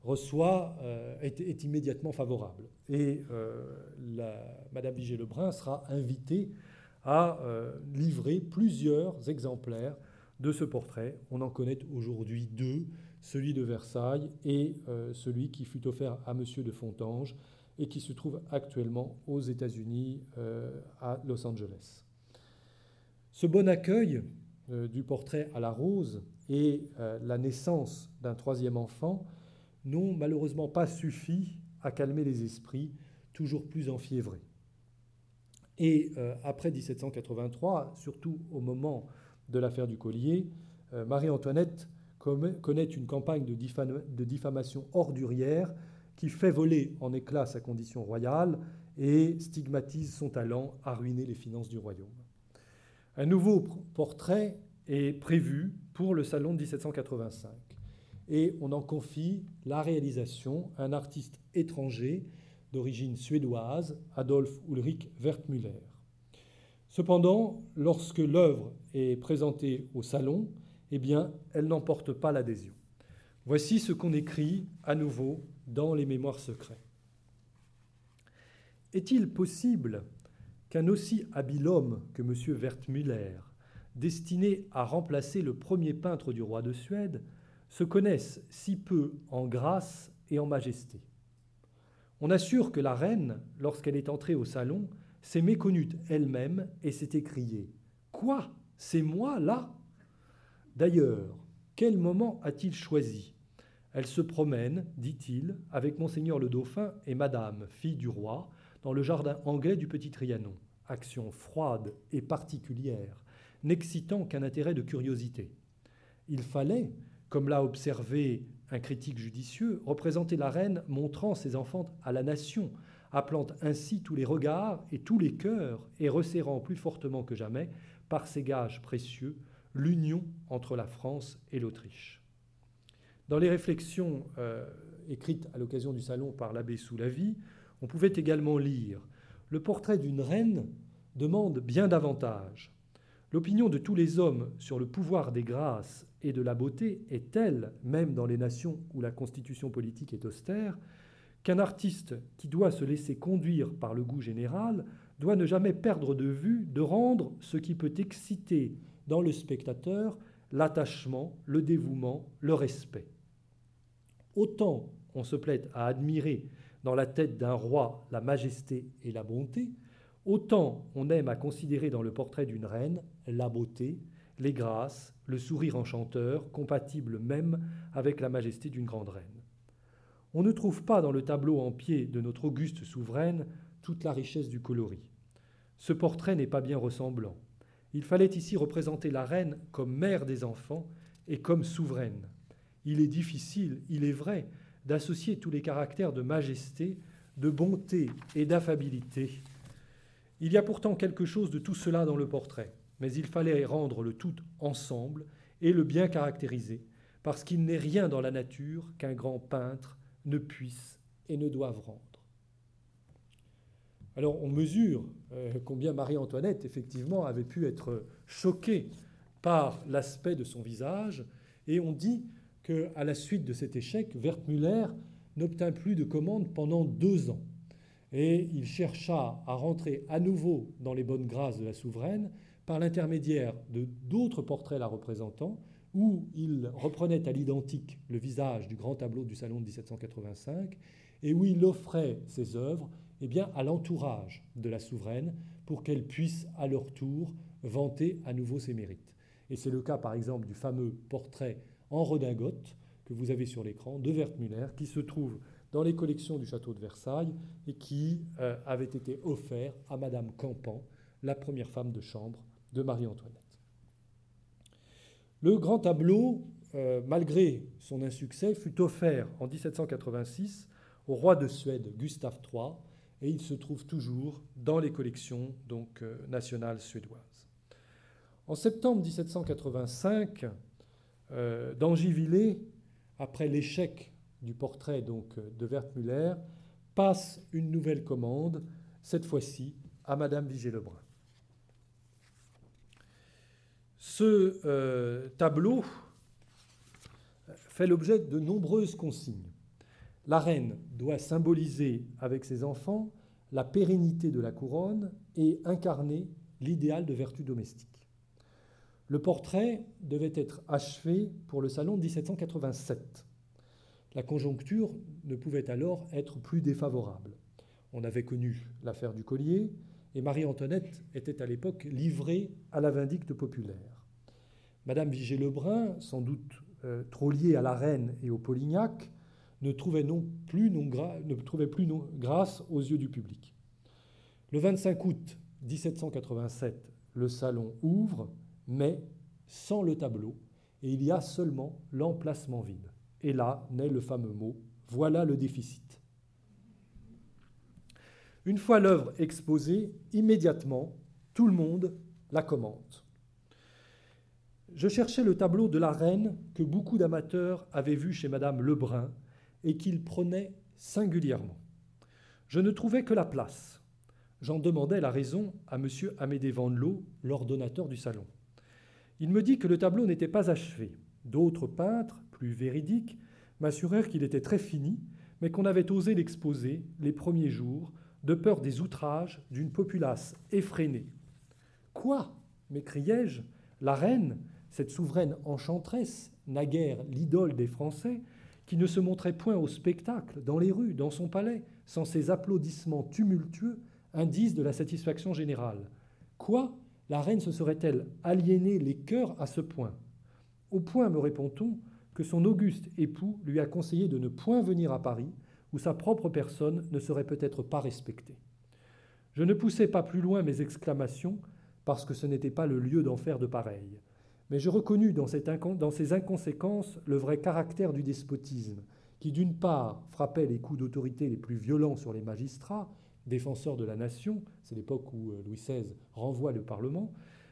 est immédiatement favorable. Et Madame Vigée-Lebrun sera invitée à livrer plusieurs exemplaires de ce portrait. On en connaît aujourd'hui deux, celui de Versailles et celui qui fut offert à Monsieur de Fontanges et qui se trouve actuellement aux États-Unis, à Los Angeles. Ce bon accueil du portrait à la rose et la naissance d'un troisième enfant n'ont malheureusement pas suffi à calmer les esprits toujours plus enfiévrés. Et après 1783, surtout au moment de l'affaire du collier, Marie-Antoinette connaît une campagne de diffamation ordurière qui fait voler en éclats sa condition royale et stigmatise son talent à ruiner les finances du royaume. Un nouveau portrait est prévu pour le salon de 1785 et on en confie la réalisation à un artiste étranger d'origine suédoise, Adolf Ulrich Wertmüller. Cependant, lorsque l'œuvre est présentée au salon, eh bien, elle n'emporte pas l'adhésion. Voici ce qu'on écrit à nouveau dans les Mémoires secrets. Est-il possible qu'un aussi habile homme que M. Wertmüller, destiné à remplacer le premier peintre du roi de Suède, se connaisse si peu en grâce et en majesté? On assure que la reine, lorsqu'elle est entrée au salon, s'est méconnue elle-même et s'est écriée « Quoi? C'est moi, là ?» D'ailleurs, quel moment a-t-il choisi? Elle se promène, dit-il, avec Monseigneur le Dauphin et Madame, fille du roi, dans le jardin anglais du Petit Trianon. Action froide et particulière, n'excitant qu'un intérêt de curiosité. Il fallait, comme l'a observé un critique judicieux, représenter la reine montrant ses enfants à la nation, appelant ainsi tous les regards et tous les cœurs et resserrant plus fortement que jamais, par ses gages précieux, l'union entre la France et l'Autriche. Dans les réflexions écrites à l'occasion du salon par l'abbé Soulavie, on pouvait également lire « Le portrait d'une reine demande bien davantage. L'opinion de tous les hommes sur le pouvoir des grâces et de la beauté est telle, même dans les nations où la constitution politique est austère, qu'un artiste qui doit se laisser conduire par le goût général doit ne jamais perdre de vue de rendre ce qui peut exciter dans le spectateur l'attachement, le dévouement, le respect. Autant on se plaît à admirer dans la tête d'un roi la majesté et la bonté, autant on aime à considérer dans le portrait d'une reine la beauté, les grâces, le sourire enchanteur, compatible même avec la majesté d'une grande reine. On ne trouve pas dans le tableau en pied de notre auguste souveraine toute la richesse du coloris. Ce portrait n'est pas bien ressemblant. Il fallait ici représenter la reine comme mère des enfants et comme souveraine. Il est difficile, il est vrai, d'associer tous les caractères de majesté, de bonté et d'affabilité. Il y a pourtant quelque chose de tout cela dans le portrait, mais il fallait rendre le tout ensemble et le bien caractériser, parce qu'il n'est rien dans la nature qu'un grand peintre ne puisse et ne doive rendre. Alors on mesure combien Marie-Antoinette, effectivement, avait pu être choquée par l'aspect de son visage, et on dit qu'à la suite de cet échec, Wertmüller n'obtint plus de commande pendant 2 ans. Et il chercha à rentrer à nouveau dans les bonnes grâces de la souveraine par l'intermédiaire de d'autres portraits la représentant, où il reprenait à l'identique le visage du grand tableau du Salon de 1785 et où il offrait ses œuvres à l'entourage de la souveraine pour qu'elle puisse à leur tour vanter à nouveau ses mérites. Et c'est le cas par exemple du fameux portrait en redingote que vous avez sur l'écran de Wertmüller qui se trouve dans les collections du château de Versailles et qui avait été offert à Madame Campan, la première femme de chambre de Marie-Antoinette. Le grand tableau, malgré son insuccès, fut offert en 1786 au roi de Suède, Gustave III, et il se trouve toujours dans les collections nationales suédoises. En septembre 1785, d'Angivillers, après l'échec du portrait de Wertmüller, passe une nouvelle commande, cette fois-ci à Madame Vigée-Lebrun. Ce tableau fait l'objet de nombreuses consignes. La reine doit symboliser avec ses enfants la pérennité de la couronne et incarner l'idéal de vertu domestique. Le portrait devait être achevé pour le salon de 1787. La conjoncture ne pouvait alors être plus défavorable. On avait connu l'affaire du collier et Marie-Antoinette était à l'époque livrée à la vindicte populaire. Madame Vigée-Lebrun, sans doute trop liée à la reine et au Polignac, ne trouvait plus grâce aux yeux du public. Le 25 août 1787, le salon ouvre, mais sans le tableau, et il y a seulement l'emplacement vide. Et là naît le fameux mot « voilà le déficit ». Une fois l'œuvre exposée, immédiatement, tout le monde la commente. Je cherchais le tableau de la reine que beaucoup d'amateurs avaient vu chez Madame Lebrun et qu'ils prenaient singulièrement. Je ne trouvais que la place. J'en demandai la raison à M. Amédée Vandelot, l'ordonnateur du salon. Il me dit que le tableau n'était pas achevé. D'autres peintres, plus véridiques, m'assurèrent qu'il était très fini, mais qu'on avait osé l'exposer les premiers jours, de peur des outrages d'une populace effrénée. « Quoi » m'écriai-je, « la reine, cette souveraine enchanteresse, naguère l'idole des Français, qui ne se montrait point au spectacle, dans les rues, dans son palais, sans ses applaudissements tumultueux, indice de la satisfaction générale. Quoi ? La reine se serait-elle aliéné les cœurs à ce point ? Au point, me répond-on, que son auguste époux lui a conseillé de ne point venir à Paris, où sa propre personne ne serait peut-être pas respectée. Je ne poussai pas plus loin mes exclamations, parce que ce n'était pas le lieu d'en faire de pareil. Mais je reconnus dans ces inconséquences le vrai caractère du despotisme, qui d'une part frappait les coups d'autorité les plus violents sur les magistrats, défenseurs de la nation, c'est l'époque où Louis XVI renvoie le Parlement,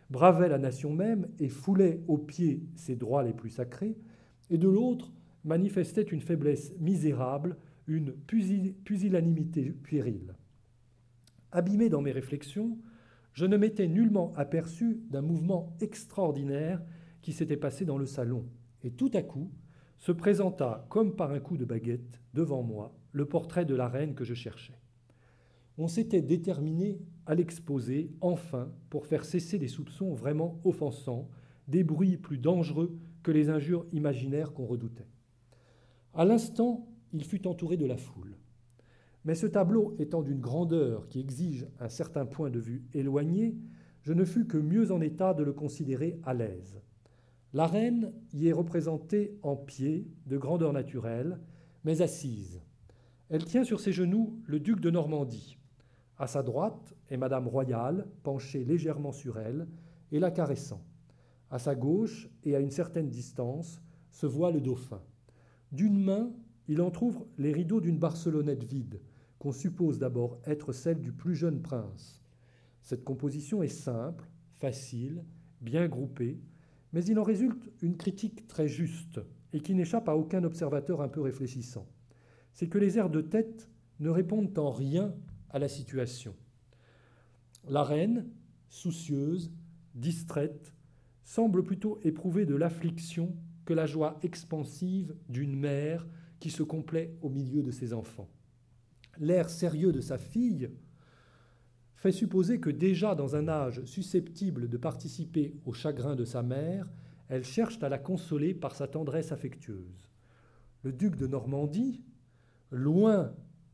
bravait la nation même et foulait aux pieds ses droits les plus sacrés, et de l'autre manifestait une faiblesse misérable, une pusillanimité puérile. Abîmé dans mes réflexions, je ne m'étais nullement aperçu d'un mouvement extraordinaire qui s'était passé dans le salon, et tout à coup se présenta, comme par un coup de baguette, devant moi, le portrait de la reine que je cherchais. On s'était déterminé à l'exposer, enfin, pour faire cesser des soupçons vraiment offensants, des bruits plus dangereux que les injures imaginaires qu'on redoutait. À l'instant, il fut entouré de la foule. Mais ce tableau étant d'une grandeur qui exige un certain point de vue éloigné, je ne fus que mieux en état de le considérer à l'aise. La reine y est représentée en pied, de grandeur naturelle, mais assise. Elle tient sur ses genoux le duc de Normandie. À sa droite est Madame Royale, penchée légèrement sur elle et la caressant. À sa gauche et à une certaine distance se voit le dauphin. D'une main, il entr'ouvre les rideaux d'une Barcelonnette vide, qu'on suppose d'abord être celle du plus jeune prince. Cette composition est simple, facile, bien groupée, mais il en résulte une critique très juste et qui n'échappe à aucun observateur un peu réfléchissant. C'est que les airs de tête ne répondent en rien à la situation. La reine, soucieuse, distraite, semble plutôt éprouver de l'affliction que la joie expansive d'une mère qui se complaît au milieu de ses enfants. L'air sérieux de sa fille fait supposer que déjà dans un âge susceptible de participer au chagrin de sa mère, elle cherche à la consoler par sa tendresse affectueuse. Le duc de Normandie, loin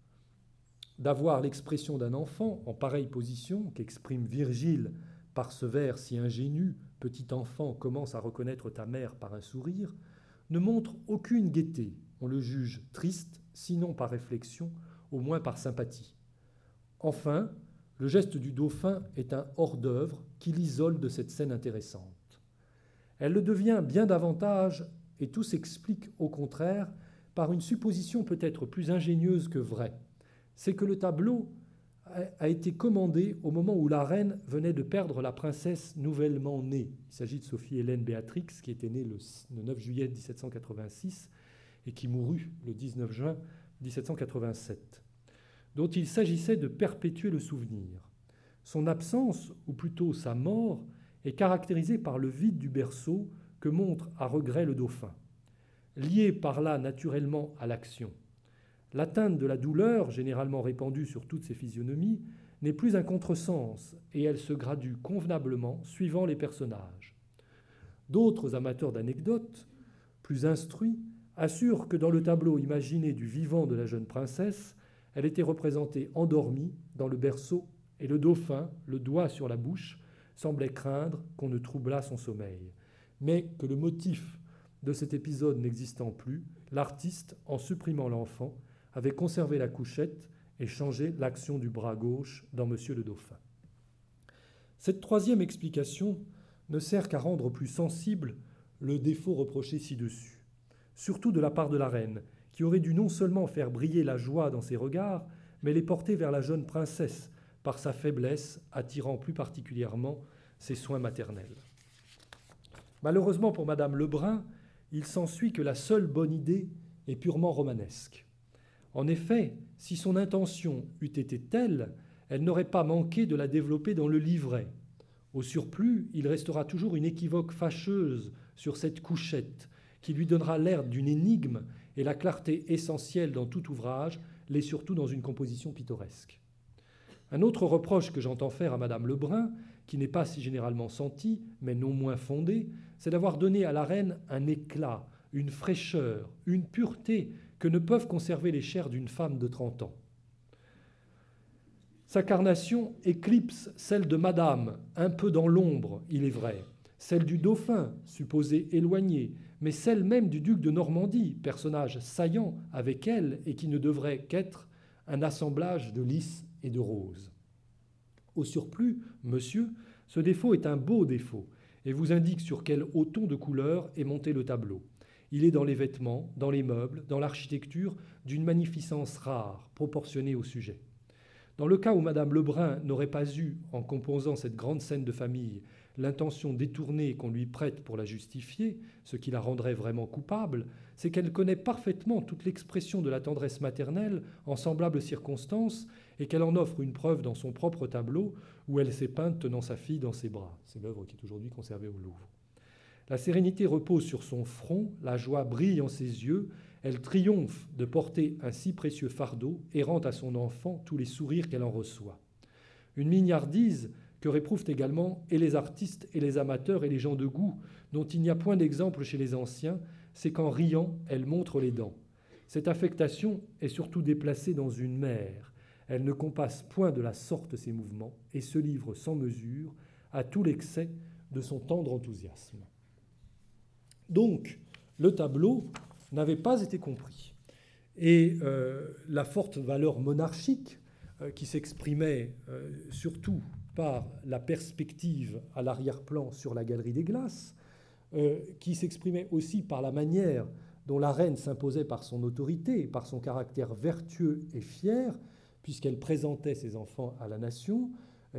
d'avoir l'expression d'un enfant en pareille position qu'exprime Virgile par ce vers si ingénu, « Petit enfant, commence à reconnaître ta mère par un sourire », ne montre aucune gaieté. On le juge triste, sinon par réflexion, au moins par sympathie. Enfin, le geste du dauphin est un hors-d'œuvre qui l'isole de cette scène intéressante. Elle le devient bien davantage, et tout s'explique au contraire, par une supposition peut-être plus ingénieuse que vraie. C'est que le tableau a été commandé au moment où la reine venait de perdre la princesse nouvellement née. Il s'agit de Sophie-Hélène Béatrix, qui était née le 9 juillet 1786 et qui mourut le 19 juin 1787, dont il s'agissait de perpétuer le souvenir. Son absence, ou plutôt sa mort, est caractérisée par le vide du berceau que montre à regret le dauphin, lié par là naturellement à l'action. L'atteinte de la douleur, généralement répandue sur toutes ces physionomies, n'est plus un contresens et elle se gradue convenablement suivant les personnages. D'autres amateurs d'anecdotes, plus instruits, assurent que dans le tableau imaginé du vivant de la jeune princesse, elle était représentée endormie dans le berceau et le dauphin, le doigt sur la bouche, semblait craindre qu'on ne troublât son sommeil. Mais que le motif de cet épisode n'existant plus, l'artiste, en supprimant l'enfant, avait conservé la couchette et changé l'action du bras gauche dans Monsieur le Dauphin. Cette troisième explication ne sert qu'à rendre plus sensible le défaut reproché ci-dessus, surtout de la part de la reine, qui aurait dû non seulement faire briller la joie dans ses regards, mais les porter vers la jeune princesse par sa faiblesse, attirant plus particulièrement ses soins maternels. Malheureusement pour Madame Lebrun, il s'ensuit que la seule bonne idée est purement romanesque. En effet, si son intention eût été telle, elle n'aurait pas manqué de la développer dans le livret. Au surplus, il restera toujours une équivoque fâcheuse sur cette couchette, qui lui donnera l'air d'une énigme et la clarté essentielle dans tout ouvrage, l'est surtout dans une composition pittoresque. Un autre reproche que j'entends faire à Madame Lebrun, qui n'est pas si généralement senti, mais non moins fondé, c'est d'avoir donné à la reine un éclat, une fraîcheur, une pureté que ne peuvent conserver les chairs d'une femme de 30 ans. Sa carnation éclipse celle de Madame, un peu dans l'ombre, il est vrai, celle du dauphin, supposé éloigné, mais celle même du duc de Normandie, personnage saillant avec elle et qui ne devrait qu'être un assemblage de lys et de roses. Au surplus, monsieur, ce défaut est un beau défaut et vous indique sur quel haut ton de couleur est monté le tableau. Il est dans les vêtements, dans les meubles, dans l'architecture, d'une magnificence rare, proportionnée au sujet. Dans le cas où Madame Lebrun n'aurait pas eu, en composant cette grande scène de famille, l'intention détournée qu'on lui prête pour la justifier, ce qui la rendrait vraiment coupable, c'est qu'elle connaît parfaitement toute l'expression de la tendresse maternelle en semblables circonstances et qu'elle en offre une preuve dans son propre tableau où elle s'est peinte tenant sa fille dans ses bras. C'est l'œuvre qui est aujourd'hui conservée au Louvre. La sérénité repose sur son front, la joie brille en ses yeux, elle triomphe de porter un si précieux fardeau et rend à son enfant tous les sourires qu'elle en reçoit. Une mignardise que réprouvent également et les artistes et les amateurs et les gens de goût, dont il n'y a point d'exemple chez les anciens, c'est qu'en riant, elle montre les dents. Cette affectation est surtout déplacée dans une mère. Elle ne compasse point de la sorte ses mouvements et se livre sans mesure à tout l'excès de son tendre enthousiasme. Donc, le tableau n'avait pas été compris. Et la forte valeur monarchique qui s'exprimait surtout par la perspective à l'arrière-plan sur la galerie des glaces, qui s'exprimait aussi par la manière dont la reine s'imposait par son autorité, par son caractère vertueux et fier, puisqu'elle présentait ses enfants à la nation,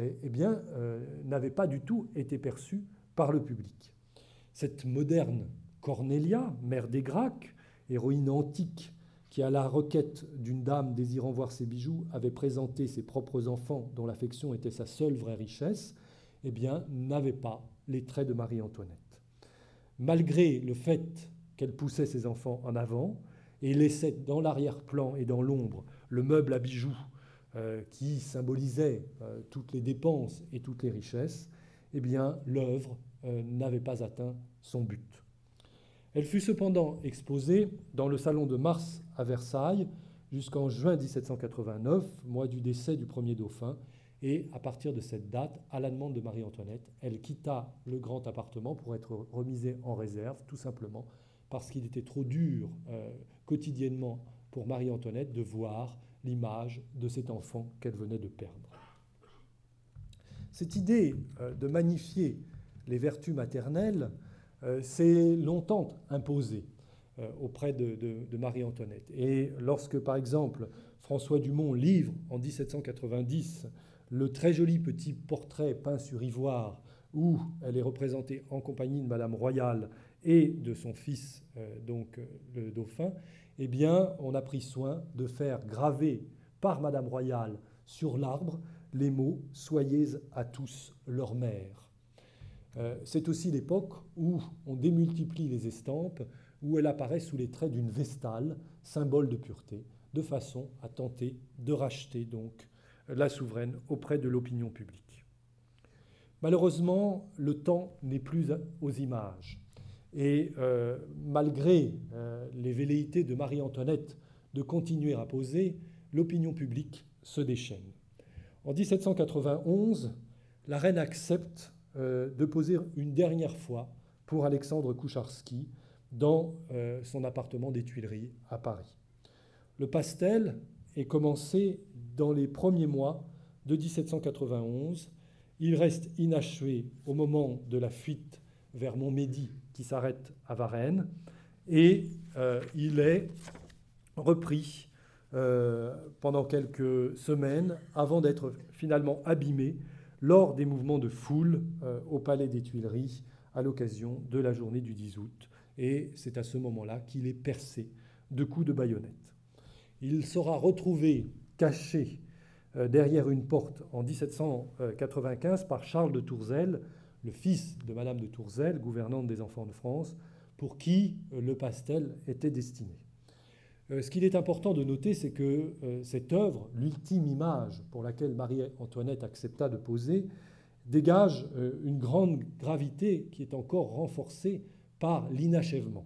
n'avait pas du tout été perçue par le public. Cette moderne Cornélia, mère des Gracques, héroïne antique, qui, à la requête d'une dame désirant voir ses bijoux, avait présenté ses propres enfants, dont l'affection était sa seule vraie richesse, n'avait pas les traits de Marie-Antoinette. Malgré le fait qu'elle poussait ses enfants en avant et laissait dans l'arrière-plan et dans l'ombre le meuble à bijoux qui symbolisait toutes les dépenses et toutes les richesses, l'œuvre n'avait pas atteint son but. Elle fut cependant exposée dans le salon de Mars à Versailles jusqu'en juin 1789, mois du décès du premier dauphin, et à partir de cette date, à la demande de Marie-Antoinette, elle quitta le grand appartement pour être remisée en réserve, tout simplement parce qu'il était trop dur quotidiennement pour Marie-Antoinette de voir l'image de cet enfant qu'elle venait de perdre. Cette idée de magnifier les vertus maternelles s'est longtemps imposée auprès de Marie-Antoinette. Et lorsque, par exemple, François Dumont livre en 1790 le très joli petit portrait peint sur ivoire où elle est représentée en compagnie de Madame Royale et de son fils, le dauphin, on a pris soin de faire graver par Madame Royale sur l'arbre les mots « Soyez à tous leur mère ». C'est aussi l'époque où on démultiplie les estampes, où elle apparaît sous les traits d'une vestale, symbole de pureté, de façon à tenter de racheter donc la souveraine auprès de l'opinion publique. Malheureusement, le temps n'est plus aux images. Et malgré les velléités de Marie-Antoinette de continuer à poser, l'opinion publique se déchaîne. En 1791, la reine accepte de poser une dernière fois pour Alexandre Koucharski dans son appartement des Tuileries à Paris. Le pastel est commencé dans les premiers mois de 1791. Il reste inachevé au moment de la fuite vers Montmédy qui s'arrête à Varennes et il est repris pendant quelques semaines avant d'être finalement abîmé lors des mouvements de foule au Palais des Tuileries à l'occasion de la journée du 10 août. Et c'est à ce moment-là qu'il est percé de coups de baïonnette. Il sera retrouvé caché derrière une porte en 1795 par Charles de Tourzel, le fils de Madame de Tourzel, gouvernante des enfants de France, pour qui le pastel était destiné. Ce qu'il est important de noter, c'est que cette œuvre, l'ultime image pour laquelle Marie-Antoinette accepta de poser, dégage une grande gravité qui est encore renforcée par l'inachèvement.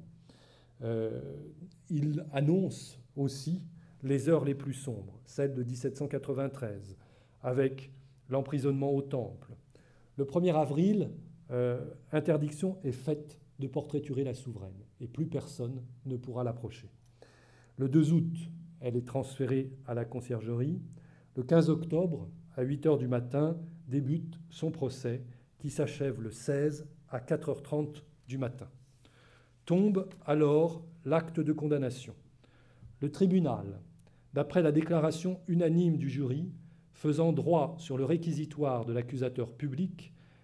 Il annonce aussi les heures les plus sombres, celles de 1793, avec l'emprisonnement au Temple. Le 1er avril, interdiction est faite de portraiturer la souveraine, et plus personne ne pourra l'approcher. Le 2 août, elle est transférée à la conciergerie. Le 15 octobre, à 8h du matin, débute son procès, qui s'achève le 16 à 4h30 du matin. Tombe alors l'acte de condamnation. Le tribunal, d'après la déclaration unanime du jury, faisant droit sur le réquisitoire de l'accusateur public,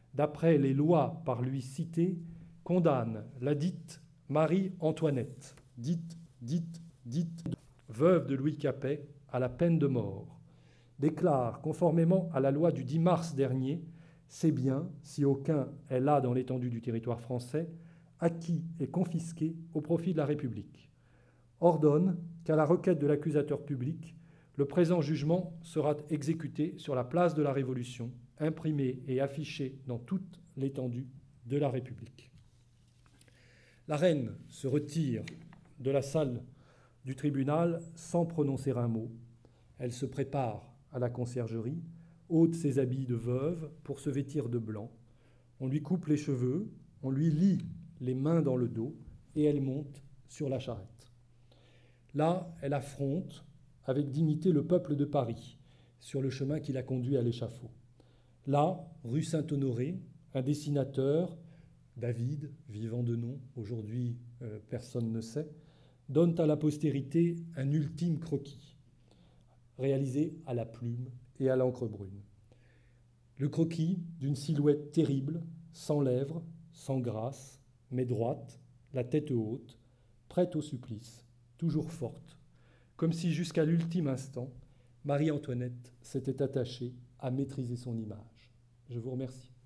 d'après les lois par lui citées, condamne la dite Marie-Antoinette, dite, veuve de Louis Capet, à la peine de mort, déclare, conformément à la loi du 10 mars dernier, ces biens, si aucun est là dans l'étendue du territoire français, acquis et confisqués au profit de la République, ordonne qu'à la requête de l'accusateur public, le présent jugement sera exécuté sur la place de la Révolution, imprimé et affiché dans toute l'étendue de la République. La reine se retire de la salle du tribunal sans prononcer un mot. Elle se prépare à la conciergerie, ôte ses habits de veuve pour se vêtir de blanc. On lui coupe les cheveux, on lui lie les mains dans le dos et elle monte sur la charrette. Là, elle affronte avec dignité le peuple de Paris sur le chemin qui l'a conduit à l'échafaud. Là, rue Saint-Honoré, un dessinateur, David, vivant de nom, aujourd'hui personne ne sait, donne à la postérité un ultime croquis, réalisé à la plume et à l'encre brune. Le croquis d'une silhouette terrible, sans lèvres, sans grâce, mais droite, la tête haute, prête au supplice, toujours forte, comme si jusqu'à l'ultime instant, Marie-Antoinette s'était attachée à maîtriser son image. Je vous remercie.